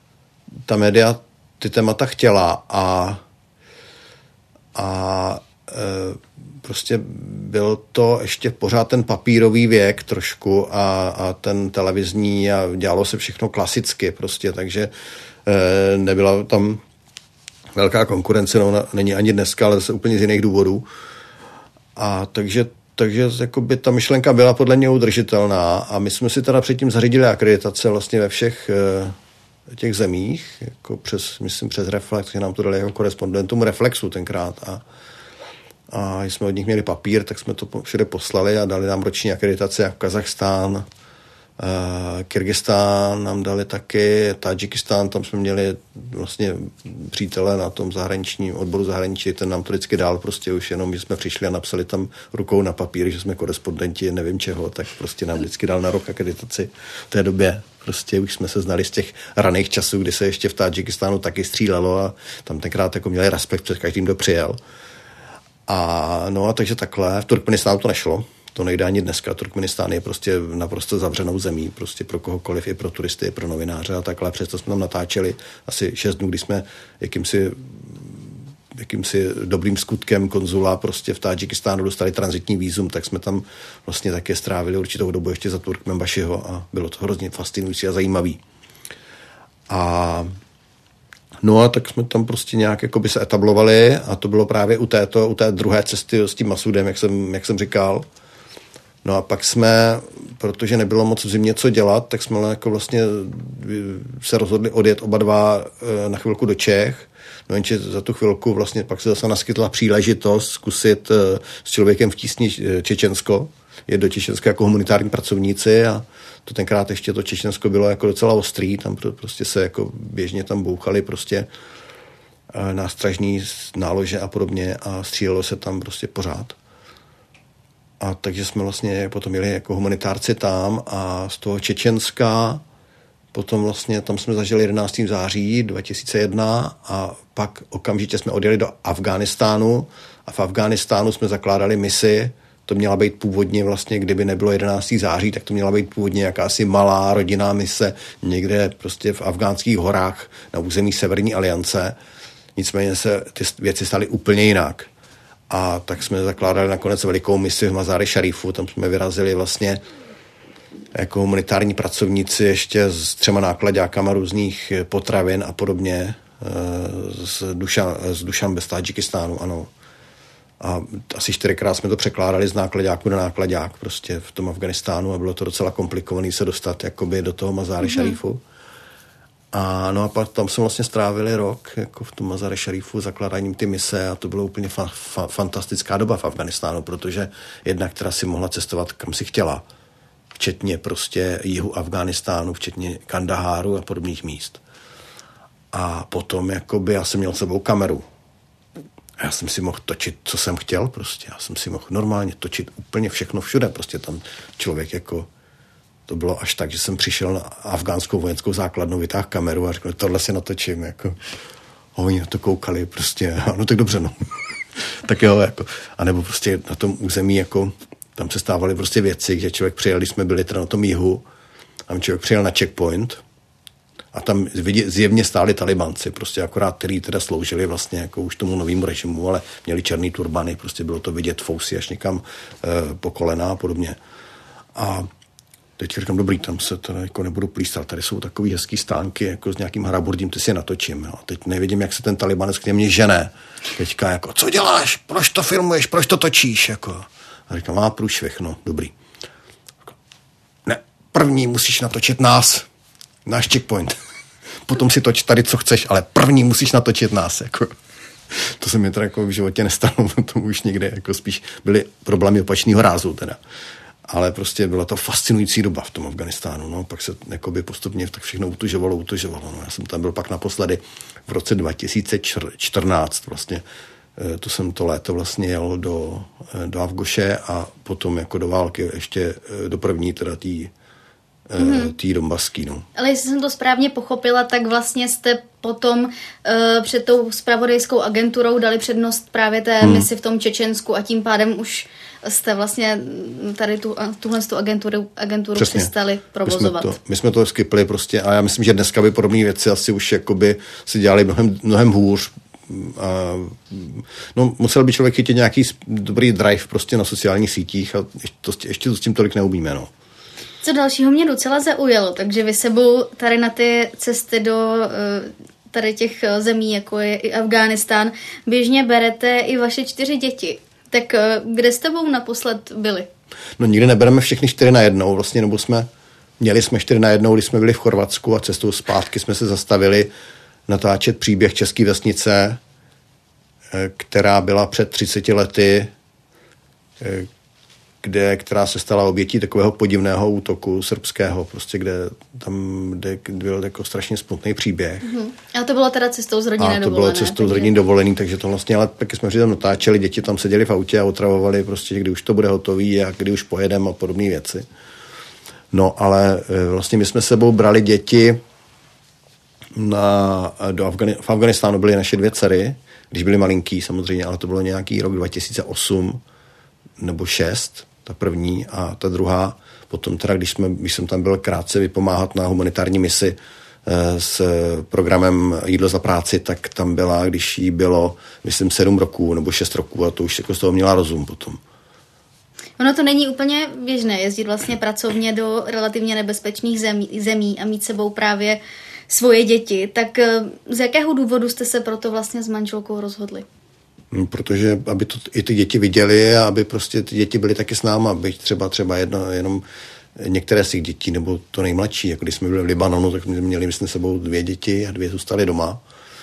ta média ty témata chtěla a, a prostě byl to ještě pořád ten papírový věk trošku a, a ten televizní a dělalo se všechno klasicky prostě, takže nebyla tam velká konkurence, no, není ani dneska, ale zase úplně z jiných důvodů. A takže, takže jakoby ta myšlenka byla podle mě udržitelná a my jsme si teda předtím zařídili akreditace vlastně ve všech e, těch zemích, jako přes, myslím přes Reflex, nám to dali jako korespondentům Reflexu tenkrát a, a jsme od nich měli papír, tak jsme to všude poslali a dali nám roční akreditace jak Kazachstán, Uh, Kyrgyzstán nám dali taky, Tadžikistán, tam jsme měli vlastně přítele na tom zahraničním odboru zahraničí, ten nám to vždycky dál prostě už jenom, že jsme přišli a napsali tam rukou na papír, že jsme korespondenti nevím čeho, tak prostě nám vždycky dal na rok akreditaci. V té době prostě už jsme se znali z těch raných časů, kdy se ještě v Tadžikistánu taky střílelo a tam tenkrát jako měli respekt před každým, kdo přijel. A no a takže takhle, v Turkmenistánu to nešlo. To nejde ani dneska. Turkmenistán je prostě naprosto zavřenou zemí, prostě pro kohokoliv, i pro turisty, i pro novináře a takhle. Přesto jsme tam natáčeli asi šest dnů, kdy jsme jakýmsi, jakýmsi dobrým skutkem konzula prostě v Tadžikistánu dostali tranzitní vízum, tak jsme tam vlastně také strávili určitou dobu ještě za Turkmenbašiho a bylo to hrozně fascinující a zajímavý. A no a tak jsme tam prostě nějak jako by se etablovali a to bylo právě u této, u té druhé cesty s tím Masudem, jak jsem, jak jsem říkal. No a pak jsme, protože nebylo moc v zimě co dělat, tak jsme jako vlastně se rozhodli odjet oba dva na chvilku do Čech. No jenže za tu chvilku vlastně pak se zase naskytla příležitost zkusit s člověkem v tísni Čečensko, jet do Čečenska jako humanitární pracovníci a to tenkrát ještě to Čečensko bylo jako docela ostrý, tam prostě se jako běžně tam bouchali prostě nástražní nálože a podobně a střílelo se tam prostě pořád. A takže jsme vlastně potom jeli jako humanitárci tam a z toho Čečenska potom vlastně tam jsme zažili jedenáctého září dva tisíce jedna a pak okamžitě jsme odjeli do Afghánistánu a v Afghánistánu jsme zakládali misi. To měla být původně vlastně, kdyby nebylo jedenáctého září, tak to měla být původně jakási malá rodinná mise někde prostě v afgánských horách na území Severní aliance. Nicméně se ty věci staly úplně jinak. A tak jsme zakládali nakonec velikou misi v Mazári Šarifu, tam jsme vyrazili vlastně jako humanitární pracovníci ještě s třema nákladákama různých potravin a podobně z, Duša, z Dušanbe z Tadžikistánu, ano. A asi čtyřikrát jsme to překládali z nákladáku na nákladák prostě v tom Afganistánu a bylo to docela komplikované se dostat jakoby do toho Mazári mm-hmm. Šarifu. A no a pak tam jsme vlastně strávili rok jako v tom Mazar-e Šarifu zakládáním ty mise a to bylo úplně fa- fa- fantastická doba v Afganistánu, protože jedna, která si mohla cestovat kam si chtěla, včetně prostě jihu Afghánistánu, včetně Kandaháru a podobných míst. A potom jakoby já jsem měl s sebou kameru. A já jsem si mohl točit, co jsem chtěl prostě. Já jsem si mohl normálně točit úplně všechno všude. Prostě tam člověk jako to bylo až tak, že jsem přišel na afgánskou vojenskou základnu, vytáhl kameru a řekl, tohle si natočím, jako. A oni na to koukali prostě, no tak dobře, no. Tak jo, jako. A nebo prostě na tom území, jako, tam se stávaly prostě věci, že člověk přijel, když jsme byli teda na tom jihu, tam člověk přijel na checkpoint a tam zjevně stáli talibanci, prostě akorát, který teda sloužili vlastně jako už tomu novému režimu, ale měli černý turbany, prostě bylo to vidět fousy až někam e, po kolena a podobně. A teď říkám, dobrý, tam se teda jako nebudu plístat, tady jsou takový hezký stánky jako s nějakým haraburdím, ty si je natočím. Jo. Teď nevidím, jak se ten talibanec k mě žene. Teďka jako, co děláš, proč to filmuješ, proč to točíš? Jako. A říkám, má průšvih, no, dobrý. Ne, první musíš natočit nás, náš checkpoint. Potom si toč tady, co chceš, ale první musíš natočit nás. Jako. To se mi teda jako v životě nestalo, to už někde jako spíš byly problémy opačného rázu teda. Ale prostě byla to fascinující doba v tom Afganistánu. No. Pak se jakoby postupně tak všechno utužovalo, utužovalo. No. Já jsem tam byl pak naposledy v roce dva tisíce čtrnáct vlastně. To jsem to léto vlastně jel do, do Afgoše a potom jako do války ještě do první teda tý, mm-hmm. tý Donbaský. No. Ale jestli jsem to správně pochopila, tak vlastně jste potom uh, před tou zpravodajskou agenturou dali přednost právě té hmm. misi v tom Čečensku a tím pádem už jste vlastně tady tu, tuhle tu agenturu, agenturu přestali provozovat. My jsme to, my jsme to skipli prostě a já myslím, že dneska by podobné věci asi už jakoby si dělali mnohem, mnohem hůř. a no, musel by člověk chytit nějaký dobrý drive prostě na sociálních sítích a ještě to, ještě to s tím tolik neumíme, no. Co dalšího mě docela zaujalo, takže vy sebou tady na ty cesty do tady těch zemí, jako je i Afghánistán, běžně berete i vaše čtyři děti. Tak kde s tebou naposled byli? No nikdy nebereme všechny čtyři najednou, vlastně, nebo jsme, měli jsme čtyři najednou, když jsme byli v Chorvatsku a cestou zpátky jsme se zastavili natáčet příběh České vesnice, která byla před třiceti lety, kde, která se stala obětí takového podivného útoku srbského, prostě, kde tam kde byl jako strašně smutný příběh. Uh-huh. A to bylo teda cestou z rodinné dovolené. A to bylo cestou takže... z rodinné dovolený, takže to vlastně, ale taky jsme tam natáčeli, děti tam seděli v autě a otravovali prostě, kdy už to bude hotový a kdy už pojedeme a podobné věci. No, ale vlastně my jsme s sebou brali děti na, do Afgani- v Afganistánu byly naše dvě dcery, když byly malinký samozřejmě, ale to bylo nějaký rok dva tisíce osm nebo šest, ta první a ta druhá. Potom teda, když, jsme, když jsem tam byl krátce vypomáhat na humanitární misi eh, s programem Jídlo za práci, tak tam byla, když jí bylo, myslím, sedm roků nebo šest roků a to už jako z toho měla rozum potom. Ono to není úplně běžné jezdit vlastně pracovně do relativně nebezpečných zemí, zemí a mít sebou právě svoje děti. Tak z jakého důvodu jste se proto vlastně s manželkou rozhodli? Protože aby to i ty děti viděly a aby prostě ty děti byly taky s náma, byť třeba třeba jedno, jenom některé z těch dětí, nebo to nejmladší, jako když jsme byli v Libanonu, tak jsme měli myslím sebou dvě děti a dvě zůstaly doma.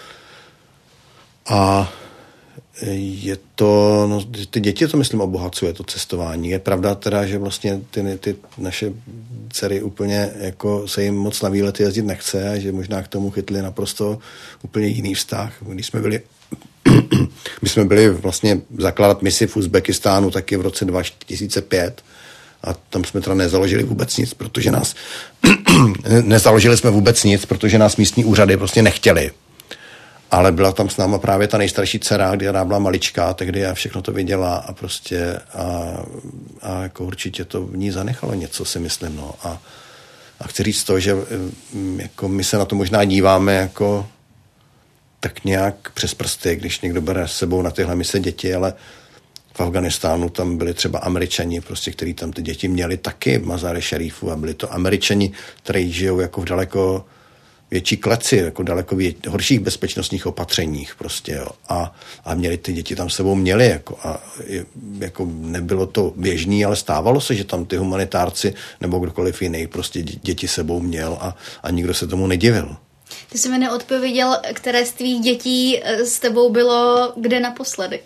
A je to, no, ty děti to myslím obohacuje, to cestování. Je pravda teda, že vlastně ty, ty naše dcery úplně jako se jim moc na výlety jezdit nechce a že možná k tomu chytli naprosto úplně jiný vztah. Když jsme byli My jsme byli vlastně zakládat misi v Uzbekistánu taky v roce dva tisíce pět a tam jsme teda nezaložili vůbec nic, protože nás nezaložili jsme vůbec nic, protože nás místní úřady prostě nechtěli. Ale byla tam s náma právě ta nejstarší dcera, která byla maličká, tehdy a všechno to viděla a prostě a, a jako určitě to v ní zanechalo něco, si myslím, no. A, a chci říct to, že jako my se na to možná díváme jako tak nějak přes prsty, když někdo bere s sebou na tyhle mise děti, ale v Afganistánu tam byli třeba Američani, prostě, kteří tam ty děti měli taky Mazar-e Šarífu a byli to Američani, kteří žijou jako v daleko větší kleci, jako daleko vě, horších bezpečnostních opatřeních prostě, jo. A, a měli ty děti tam s sebou měli, jako, a jako nebylo to běžný, ale stávalo se, že tam ty humanitárci nebo kdokoliv jiný prostě děti s sebou měl a, a nikdo se tomu nedivil. Ty jsi mi neodpověděl, které z tvých dětí s tebou bylo kde naposledy?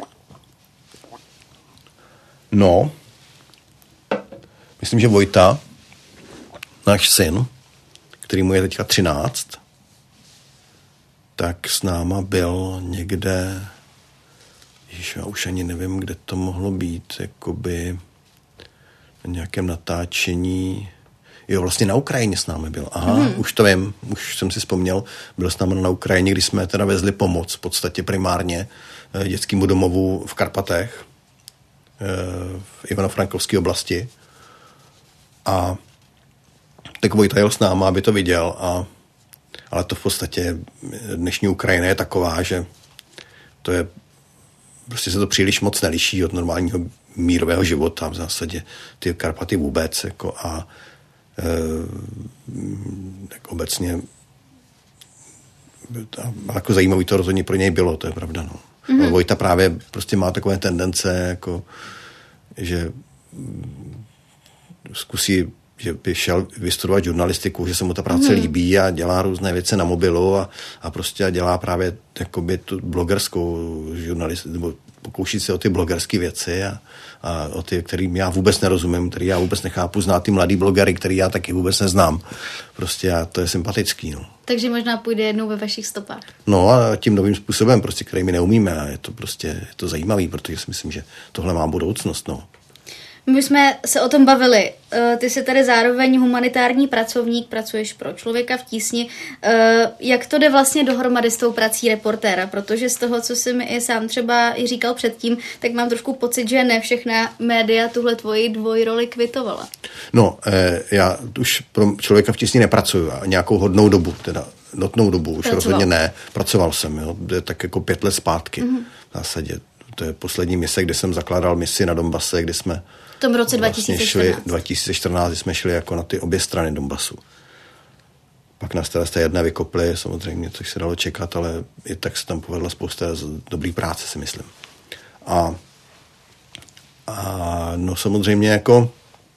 No, myslím, že Vojta, náš syn, který mu je teďka třináct, tak s náma byl někde, ježiš, já už ani nevím, kde to mohlo být, jakoby na nějakém natáčení. Jo, vlastně na Ukrajině s námi byl. Aha, hmm. už to vím, už jsem si vzpomněl. Byl s námi na Ukrajině, když jsme teda vezli pomoc v podstatě primárně dětskému domovu v Karpatech, v Ivano-Frankovské oblasti. A tak Vojta jel s náma, aby to viděl. A, ale to v podstatě dnešní Ukrajina je taková, že to je, prostě se to příliš moc neliší od normálního mírového života. V zásadě ty Karpaty vůbec. Jako a tak obecně jako zajímavý to rozhodně pro něj bylo, to je pravda, no. Mm-hmm. Vojta právě prostě má takové tendence, jako, že zkusí, že by šel vystudovat žurnalistiku, že se mu ta práce mm-hmm. líbí a dělá různé věci na mobilu a, a prostě dělá právě jakoby tu blogerskou žurnalistiku, nebo pokouší se o ty blogerské věci a, a o ty, kterým já vůbec nerozumím, který já vůbec nechápu, znát ty mladý blogery, který já taky vůbec neznám. Prostě a to je sympatický, no. Takže možná půjde jednou ve vašich stopách. No a tím novým způsobem, prostě, který my neumíme a je to prostě je to zajímavý, protože si myslím, že tohle má budoucnost, no. My jsme se o tom bavili. Ty jsi tady zároveň humanitární pracovník, pracuješ pro Člověka v tísni. Jak to jde vlastně dohromady s tou prací reportéra? Protože z toho, co jsi mi i sám třeba i říkal předtím, tak mám trošku pocit, že ne všechna média tuhle tvoji dvojroli kvitovala. No, já už pro Člověka v tísni nepracuju a nějakou hodnou dobu teda notnou dobu, už Pracoval. rozhodně ne. Pracoval jsem, jo, to je tak jako pět let zpátky Mm-hmm. v zásadě. To je poslední mise, kde jsem zakládal misi na Donbase, kdy jsme v tom roce dva vlastně tisíce čtrnáct. šli, dva tisíce čtrnáct, kdy jsme šli jako na ty obě strany Donbasu. Pak nás teda z té jedné vykopli, samozřejmě, což se dalo čekat, ale i tak se tam povedla spousta dobrý práce, si myslím. A, a no samozřejmě jako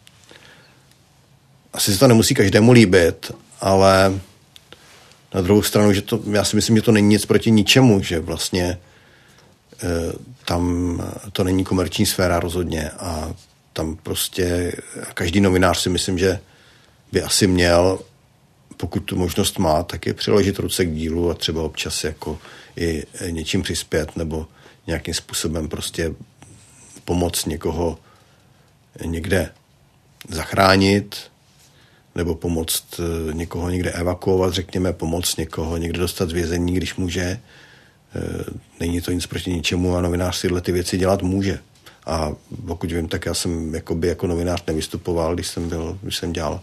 asi se to nemusí každému líbit, ale na druhou stranu, že to, já si myslím, že to není nic proti ničemu, že vlastně e, tam to není komerční sféra rozhodně a tam prostě každý novinář si myslím, že by asi měl, pokud tu možnost má, tak je přiložit ruce k dílu a třeba občas jako i něčím přispět nebo nějakým způsobem prostě pomoct někoho někde zachránit nebo pomoct někoho někde evakuovat, řekněme, pomoct někoho někde dostat z vězení, když může. Není to nic proti ničemu a novinář tyhle ty věci dělat může. A pokud vím, tak já jsem jakoby jako novinář nevystupoval, když jsem byl, když jsem dělal,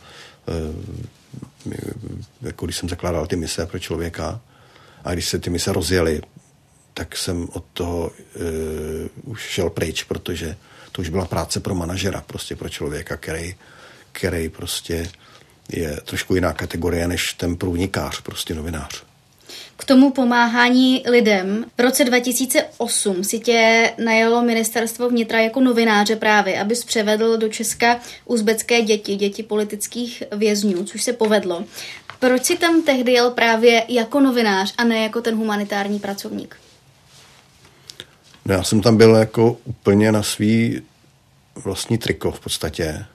jako když jsem zakládal ty mise pro člověka a když se ty mise rozjeli, tak jsem od toho uh, už šel pryč, protože to už byla práce pro manažera, prostě pro člověka, který, který prostě je trošku jiná kategorie než ten průnikář, prostě novinář. K tomu pomáhání lidem v roce dva tisíce osm si tě najalo ministerstvo vnitra jako novináře právě, abys převedl do Česka uzbecké děti, děti politických vězňů, což se povedlo. Proč jsi tam tehdy jel právě jako novinář a ne jako ten humanitární pracovník? No já jsem tam byl jako úplně na svý vlastní triko v podstatě.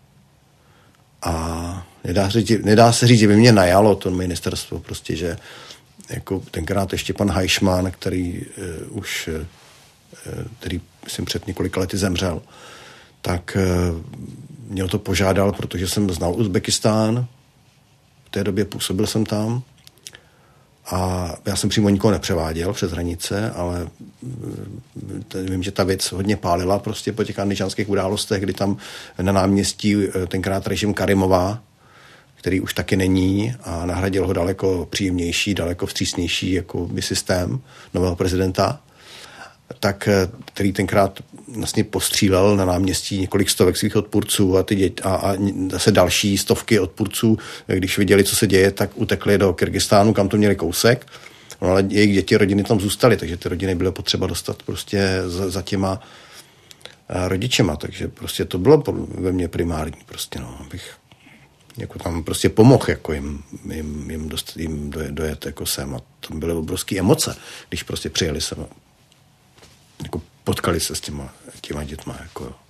A nedá, říct, nedá se říct, že by mě najalo to ministerstvo, prostě, že jako tenkrát ještě pan Hajšman, který uh, už, uh, který myslím před několika lety zemřel, tak uh, mě o to požádal, protože jsem znal Uzbekistán, v té době působil jsem tam a já jsem přímo nikoho nepřeváděl přes hranice, ale vím, že ta věc hodně pálila prostě po těch andičanských událostech, kdy tam na náměstí tenkrát režim Karimova, který už taky není a nahradil ho daleko příjemnější, daleko vstřícnější jako by systém nového prezidenta, tak který tenkrát vlastně postřílel na náměstí několik stovek svých odpůrců a, ty děti, a, a zase další stovky odpůrců, když viděli, co se děje, tak utekli do Kyrgyzstánu, kam to měli kousek, no, ale jejich děti, rodiny tam zůstaly, takže ty rodiny bylo potřeba dostat prostě za, za těma rodičema, takže prostě to bylo ve mně primární, prostě no, abych jako tam prostě pomohl jako jim, jim, jim, dost, jim dojet, dojet jako sem a tam byly obrovské emoce, když prostě přijeli sem jako potkali se s těma, těma dětma jako jo.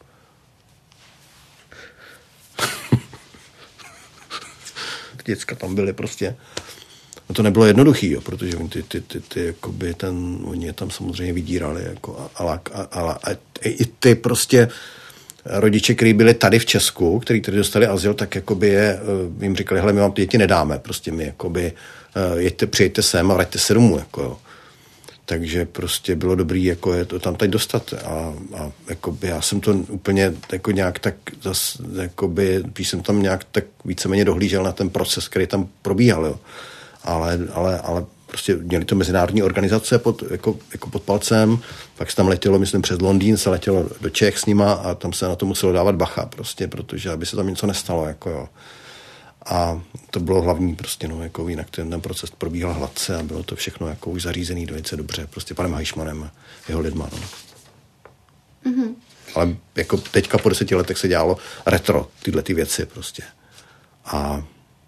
Děcka tam byly prostě no to nebylo jednoduchý, jo, protože ty, ty, ty, ty jakoby ten, oni je tam samozřejmě vydírali jako ale, ale a, i ty prostě rodiče, kteří byli tady v Česku, kteří tady dostali azyl, tak jakoby je, jim říkali, hele, my vám ty děti nedáme, prostě my jakoby jeďte, přijďte sem a vraťte se domů, jako jo. Takže prostě bylo dobrý jako je to tam teď dostat a, a jakoby já jsem to úplně jako nějak tak zas, jakoby, když jsem tam nějak tak víceméně dohlížel na ten proces, který tam probíhal, jo. Ale, ale, ale prostě měli to mezinárodní organizace pod, jako, jako pod palcem, pak se tam letělo, myslím, přes Londýn se letělo do Čech s nima a tam se na to muselo dávat bacha prostě, protože aby se tam něco nestalo, jako jo. A to bylo hlavní prostě, no, jako jinak ten, ten proces probíhal hladce a bylo to všechno jako už zařízený velice dobře, prostě panem Hajšmanem a jeho lidma, no. Mm-hmm. Ale jako teďka po deseti letech se dělalo retro, tyhle ty věci prostě. A,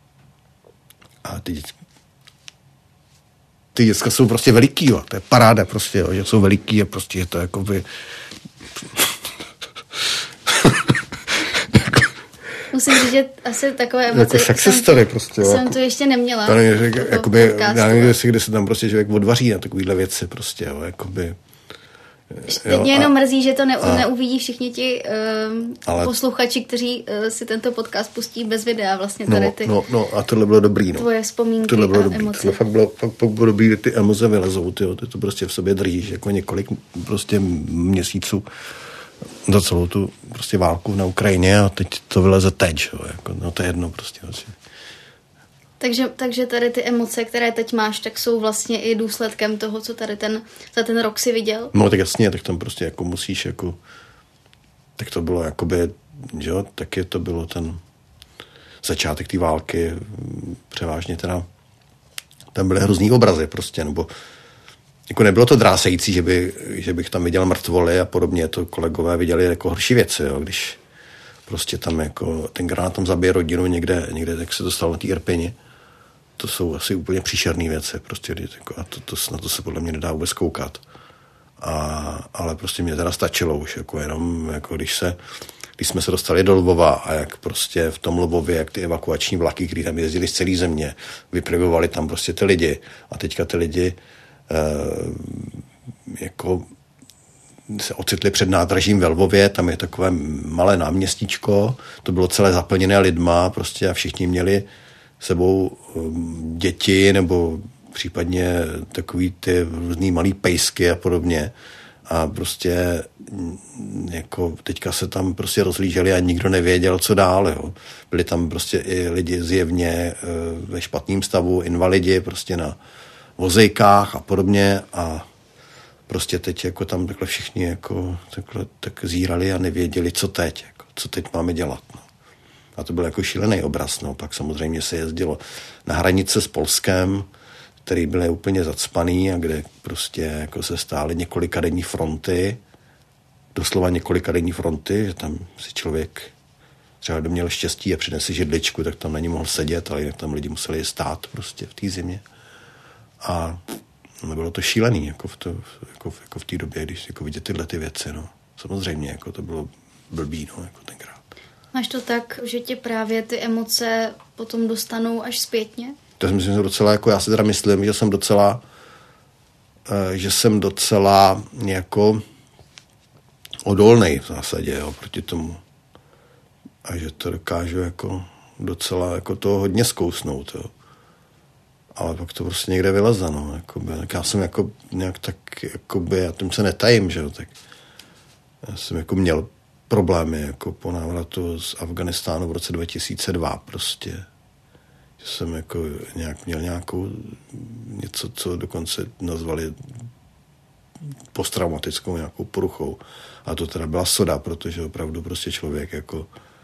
a ty děti, ty děcka jsou prostě veliký, jo, to je paráda prostě, jo, že jsou veliký a prostě je to jako by... Musím říct, že asi takové emoce... Jako success story prostě. Jsem jako, to ještě neměla. To nevím, jako, jakoby, já nevím, jestli, kde se tam prostě člověk odvaří na takovýhle věci prostě, jo, jakoby... Teď mě jenom mrzí, že to ne, a, neuvidí všichni ti uh, ale, posluchači, kteří uh, si tento podcast pustí bez videa, vlastně tady ty... No, no, a tohle bylo dobrý, no. Tvoje vzpomínky tohle bylo a dobrý. emoce. Tohle fakt bylo, fakt, fakt bylo dobrý, ty emoce vylezou, ty, ty to prostě v sobě držíš, jako několik prostě měsíců za celou tu prostě válku na Ukrajině a teď to vyleze teď, jo, jako, no to je jedno prostě. Takže, takže tady ty emoce, které teď máš, tak jsou vlastně i důsledkem toho, co tady ten, za ten rok si viděl? No tak jasně, tak tam prostě jako musíš jako, tak to bylo jakoby, jo, taky to bylo ten začátek té války, převážně teda, tam byly hrozný obrazy prostě, nebo jako nebylo to drásající, že, by, že bych tam viděl mrtvoly a podobně, to kolegové viděli jako horší věci, jo, když prostě tam jako ten granát tam zabije rodinu někde, někde tak se dostal na té Irpini. To jsou asi úplně příšerné věci, prostě, jako, a to, to, na to se podle mě nedá vůbec koukat. A, ale prostě mě teda stačilo už, jako jenom, jako když se, když jsme se dostali do Lvova a jak prostě v tom Lvově, jak ty evakuační vlaky, které tam jezdili z celé země, vyprivovali tam prostě ty lidi a teďka ty lidi eh, jako se ocitli před nádražím ve Lvově, tam je takové malé náměstíčko, to bylo celé zaplněné lidma prostě a všichni měli sebou děti nebo případně takový ty různý malý pejsky a podobně a prostě jako teďka se tam prostě rozlíželi a nikdo nevěděl, co dál, jo. Byli tam prostě i lidi zjevně ve špatném stavu, invalidi prostě na vozejkách a podobně a prostě teď jako tam takhle všichni jako takhle tak zírali a nevěděli, co teď, jako, co teď máme dělat. No. A to byl jako šílený obraz. No. Pak samozřejmě se jezdilo na hranice s Polskem, který byly úplně zacpaný a kde prostě jako se stály několikadenní fronty, doslova několikadenní fronty, že tam si člověk třeba kdo měl štěstí a přinese židličku, tak tam na ní mohl sedět, ale jinak tam lidi museli stát prostě v té zimě. A no, bylo to šílený, jako v, to, jako, jako v té době, když jako vidět tyhle ty věci, no. Samozřejmě, jako to bylo blbý, no, jako tenkrát. Máš to tak, že tě právě ty emoce potom dostanou až zpětně? To si myslím, že docela, jako já si teda myslím, že jsem docela, že jsem docela jako odolnej v zásadě, jo, proti tomu. A že to dokážu jako docela jako to hodně zkousnout, jo. Ale pak to prostě někde vyleze, no, jakoby. Tak já jsem jako nějak tak, jakoby, já tím se netajím, že jo, tak já jsem jako měl problémy, jako po návratu z Afganistánu v roce dva tisíce dva prostě. Že jsem jako nějak měl nějakou něco, co dokonce nazvali posttraumatickou nějakou poruchou. A to teda byla soda, protože opravdu prostě člověk jako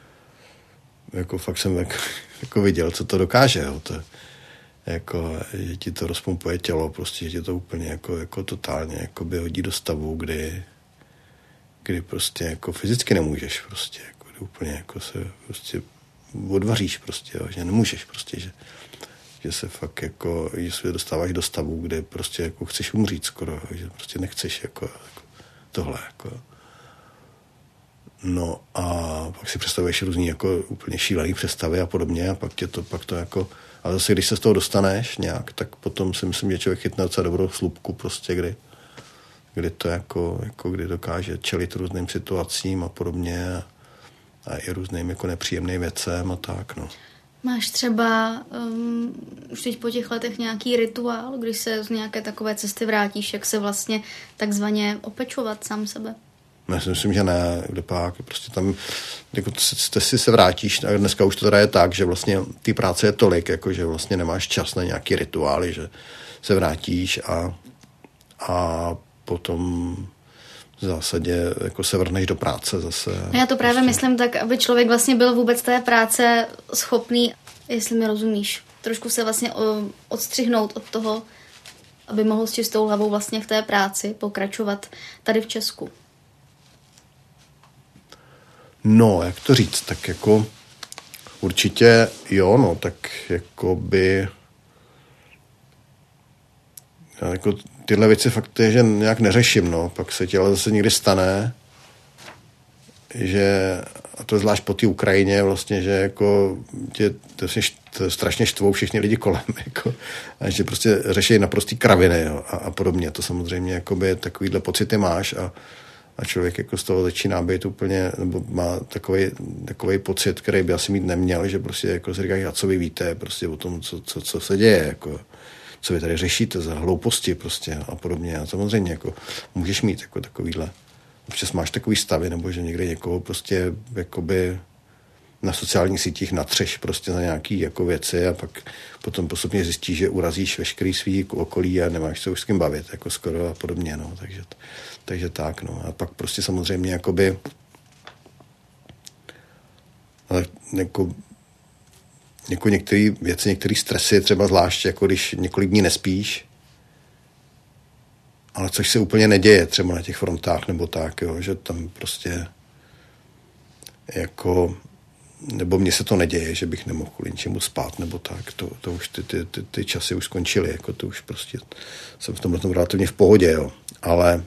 jako fakt jsem jako, jako viděl, co to dokáže, jo, to jako, že ti to rozpumpuje tělo, prostě, že ti to úplně jako, jako totálně jako by hodí do stavu, kdy, kdy prostě jako fyzicky nemůžeš prostě, jako, kdy úplně jako se prostě odvaříš prostě, jo, že nemůžeš prostě, že, že se fakt jako, že se dostáváš do stavu, kdy prostě jako chceš umřít skoro, jo, že prostě nechceš jako, jako tohle, jako. No a pak si představuješ různý jako úplně šílený představy a podobně a pak tě to, pak to jako, ale zase když se z toho dostaneš nějak, tak potom si myslím, že člověk chytne docela dobrou slupku prostě, kdy, kdy to jako, jako kdy dokáže čelit různým situacím a podobně a, a i různým jako nepříjemným věcem a tak, no. Máš třeba um, už teď po těch letech nějaký rituál, když se z nějaké takové cesty vrátíš, jak se vlastně takzvaně opečovat sám sebe? Já si myslím, že ne, kde pak, prostě tam, jako ty si se vrátíš, a dneska už to teda je tak, že vlastně ty práce je tolik, jako že vlastně nemáš čas na nějaký rituály, že se vrátíš a, a potom v zásadě jako se vrhneš do práce zase. No já to právě prostě myslím tak, aby člověk vlastně byl vůbec té práce schopný, jestli mi rozumíš, trošku se vlastně odstřihnout od toho, aby mohl s čistou hlavou vlastně v té práci pokračovat tady v Česku. No, jak to říct, tak jako určitě jo, no, tak jako by já jako tyhle věci fakt je, že nějak neřeším, no, pak se ti ale zase někdy stane, že, a to zvlášť po té Ukrajině vlastně, že jako tě to se to strašně štvou všichni lidi kolem, jako, a že prostě řeší naprostý kraviny, jo, a, a podobně, to samozřejmě jakoby takovýhle pocity máš a A člověk jako z toho začíná být úplně, nebo má takový, takový pocit, který by asi mít neměl, že prostě jako si říkáš, a co vy víte prostě o tom, co, co, co se děje, jako, co vy tady řešíte za hlouposti prostě a podobně. A samozřejmě jako můžeš mít jako takovýhle, občas máš takový stavy, nebo že někde někoho prostě jakoby na sociálních sítích natřeš prostě za nějaký jako věci a pak potom postupně zjistíš, že urazíš veškerý svý okolí a nemáš se už s kým bavit, jako skoro a podobně, no, takže, takže tak, no. A pak prostě samozřejmě jakoby ale jako, jako některé věci, některé stresy, třeba zvlášť, jako když několik dní nespíš, ale což se úplně neděje třeba na těch frontách nebo tak, jo, že tam prostě jako, nebo mně se to neděje, že bych nemohl kvůli něčemu spát nebo tak, to, to už ty, ty, ty, ty časy už skončily, jako to už prostě jsem v tomhle tom relativně v pohodě, jo, ale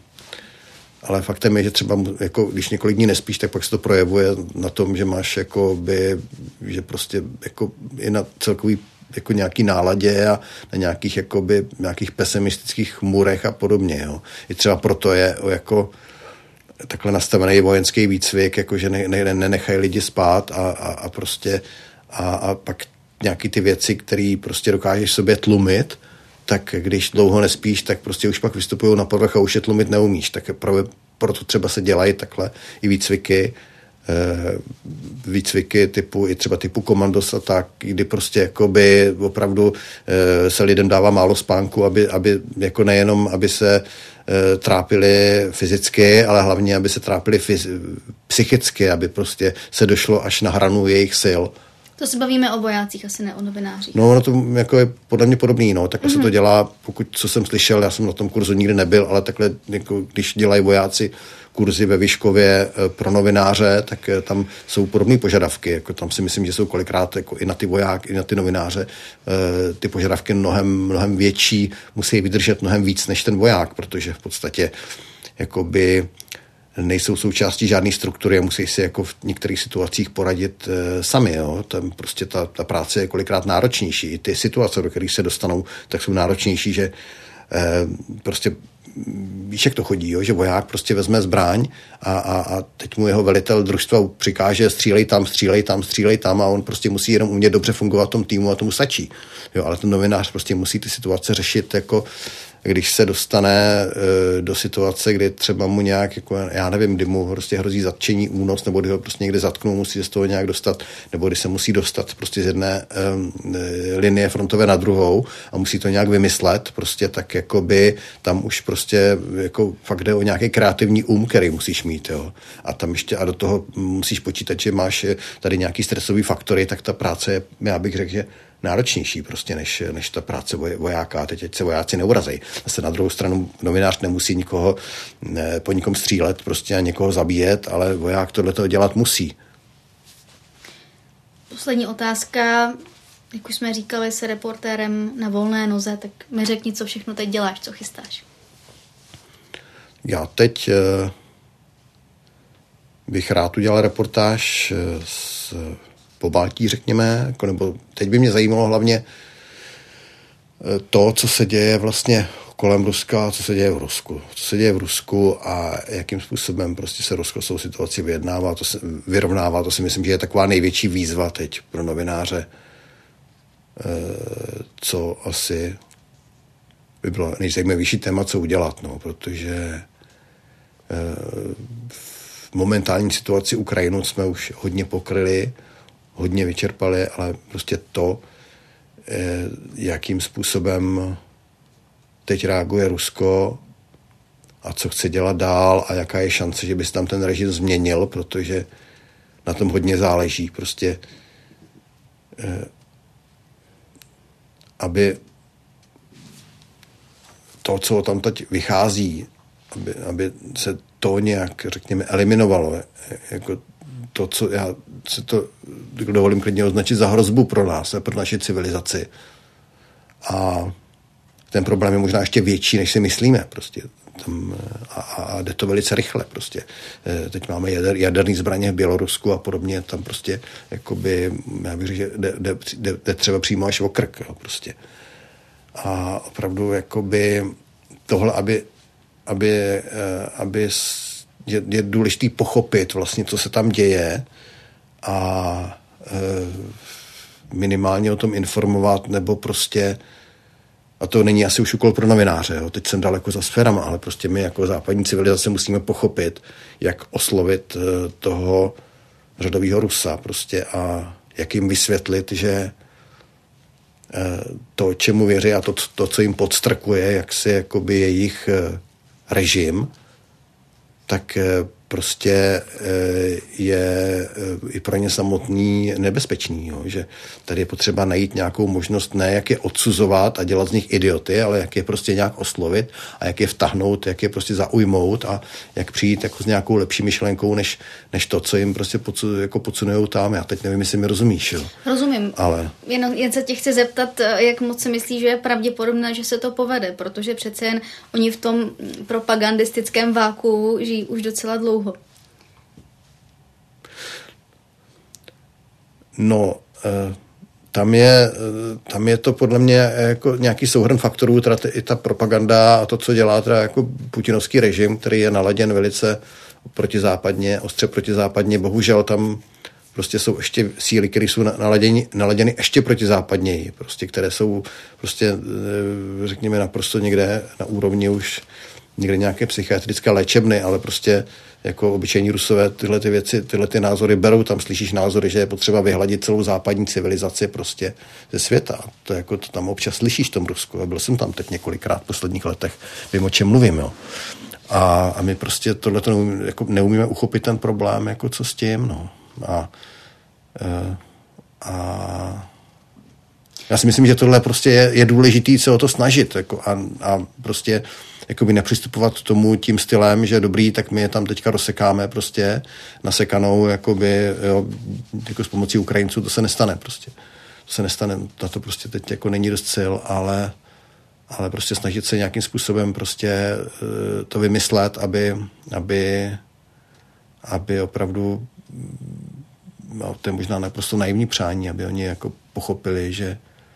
ale faktem je, že třeba jako, když několik dní nespíš, tak pak se to projevuje na tom, že máš jako by, že prostě jako i na celkový jako nějaký náladě a na nějakých jakoby, nějakých pesimistických chmurech a podobně, jo. I třeba proto je jako takhle nastavený vojenský výcvik, jako že ne, ne, nenechají lidi spát a, a, a prostě a, a pak nějaký ty věci, které prostě dokážeš sobě tlumit, tak když dlouho nespíš, tak prostě už pak vystupují na povrch a už je tlumit neumíš. Tak pro, proto třeba se dělají takhle i výcviky, e, výcviky typu, i třeba typu komandos a tak, kdy prostě jakoby opravdu e, se lidem dává málo spánku, aby, aby jako nejenom, aby se e, trápili fyzicky, ale hlavně, aby se trápili fyz- psychicky, aby prostě se došlo až na hranu jejich sil. To se bavíme o vojácích, asi ne o novinářích. No, ono to jako je podle mě podobný, no. Takhle mm-hmm. se to dělá, pokud, co jsem slyšel, já jsem na tom kurzu nikdy nebyl, ale takhle, jako, když dělají vojáci kurzy ve Vyškově pro novináře, tak tam jsou podobné požadavky. Jako, tam si myslím, že jsou kolikrát jako i na ty vojáky, i na ty novináře ty požadavky mnohem, mnohem větší, musí vydržet mnohem víc než ten voják, protože v podstatě jakoby nejsou součástí žádné struktury a musí si jako v některých situacích poradit e, sami. Jo? Tam prostě ta, ta práce je kolikrát náročnější. I ty situace, do kterých se dostanou, tak jsou náročnější, že e, prostě víš, jak to chodí, jo? Že voják prostě vezme zbraň a, a, a teď mu jeho velitel družstva přikáže střílej tam, střílej tam, střílej tam a on prostě musí jenom umět dobře fungovat v tom týmu a tomu stačí. Jo? Ale ten novinář prostě musí ty situace řešit jako když se dostane e, do situace, kdy třeba mu nějak, jako, já nevím, kdy mu prostě hrozí zatčení, únos, nebo kdy ho prostě někde zatknou, musí se z toho nějak dostat, nebo kdy se musí dostat prostě z jedné e, linie frontové na druhou a musí to nějak vymyslet, prostě tak jakoby tam už prostě jako fakt jde o nějaký kreativní um, který musíš mít, jo. A tam ještě a do toho musíš počítat, že máš tady nějaký stresový faktory, tak ta práce je, já bych řekl, že náročnější prostě než, než ta práce vojáka. Teď, teď se vojáci neurazejí. Zase na druhou stranu novinář nemusí nikoho ne, po nikom střílet prostě a někoho zabíjet, ale voják tohleto dělat musí. Poslední otázka. Jak už jsme říkali, se reportérem na volné noze, tak mi řekni, co všechno teď děláš, co chystáš. Já teď eh, bych rád udělal reportáž eh, s Pobaltí, řekněme, jako, nebo teď by mě zajímalo hlavně to, co se děje vlastně kolem Ruska, co se děje v Rusku. Co se děje v Rusku a jakým způsobem prostě se Rusko s tou situací vyjednává, to se vyrovnává, to si myslím, že je taková největší výzva teď pro novináře, co asi by bylo nejzajímavější téma, co udělat, no, protože v momentální situaci Ukrajinu jsme už hodně pokryli, hodně vyčerpali, ale prostě to, jakým způsobem teď reaguje Rusko a co chce dělat dál a jaká je šance, že by se tam ten režim změnil, protože na tom hodně záleží. Prostě aby to, co tam teď vychází, aby, aby se to nějak, řekněme, eliminovalo. Jako to, co já se to dovolím klidně označit za hrozbu pro nás a pro naši civilizaci. A ten problém je možná ještě větší, než si myslíme. Prostě. Tam, a, a jde to velice rychle. Prostě. Teď máme jader, jaderný zbraně v Bělorusku a podobně. Tam prostě, jakoby, já bych řekl, že jde, jde, jde, jde třeba přímo až o krk. Jo, prostě. A opravdu jakoby tohle, aby, aby, aby je, je důležité pochopit vlastně, co se tam děje a minimálně o tom informovat, nebo prostě, a to není asi už úkol pro novináře, jo. Teď jsem daleko za sférama, ale prostě my jako západní civilizace musíme pochopit, jak oslovit toho řadovýho Rusa prostě a jak jim vysvětlit, že to, čemu věří a to, to co jim podstrkuje, jak si jakoby jejich režim, tak prostě je i pro ně samotný nebezpečný, jo? Že tady je potřeba najít nějakou možnost, ne jak je odsuzovat a dělat z nich idioty, ale jak je prostě nějak oslovit a jak je vtahnout, jak je prostě zaujmout a jak přijít jako s nějakou lepší myšlenkou, než, než to, co jim prostě podsu, jako podsunujou tam. Já teď nevím, jestli mi rozumíš. Jo? Rozumím. Ale... Jen, jen se tě chci zeptat, jak moc si myslíš, že je pravděpodobné, že se to povede, protože přece jen oni v tom propagandistickém váku žijí už docela dlouho. No, tam je, tam je to podle mě jako nějaký souhrn faktorů, teda i ta propaganda a to, co dělá teda jako putinovský režim, který je naladěn velice protizápadně, ostře protizápadně. Bohužel tam prostě jsou ještě síly, které jsou naladěny, naladěny ještě protizápadněji, prostě, které jsou prostě, řekněme, naprosto někde na úrovni už někde nějaké psychiatrické léčebny, ale prostě jako obyčejní Rusové tyhle ty věci, tyhle ty názory berou, tam slyšíš názory, že je potřeba vyhladit celou západní civilizaci prostě ze světa. To jako to tam občas slyšíš v tom Rusku. Byl jsem tam teď několikrát v posledních letech. Vím, o čem mluvím, jo. A, a my prostě tohle to neumíme, jako neumíme uchopit ten problém, jako co s tím, no. A, a já si myslím, že tohle prostě je, je důležitý se o to snažit, jako a, a prostě jakoby nepřistupovat k tomu tím stylem, že dobrý, tak my je tam teďka rozsekáme prostě nasekanou, jakoby, jo, jako s pomocí Ukrajinců, to se nestane prostě. To se nestane, na to prostě teď jako není dost sil, ale, ale prostě snažit se nějakým způsobem prostě to vymyslet, aby, aby, aby opravdu, no, to je možná naprosto naivní přání, aby oni jako pochopili, že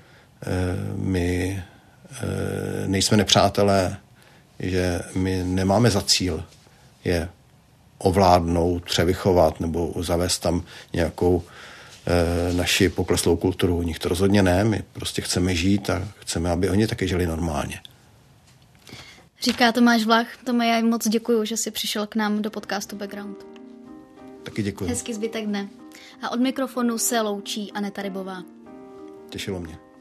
my nejsme nepřátelé, že my nemáme za cíl je ovládnout, převychovat nebo zavést tam nějakou e, naši pokleslou kulturu. U nich to rozhodně ne, my prostě chceme žít a chceme, aby oni taky žili normálně. Říká Tomáš Vlach. Tome, já moc děkuju, že jsi přišel k nám do podcastu Background. Taky děkuju. Hezký zbytek dne. A od mikrofonu se loučí Aneta Rybová. Těšilo mě.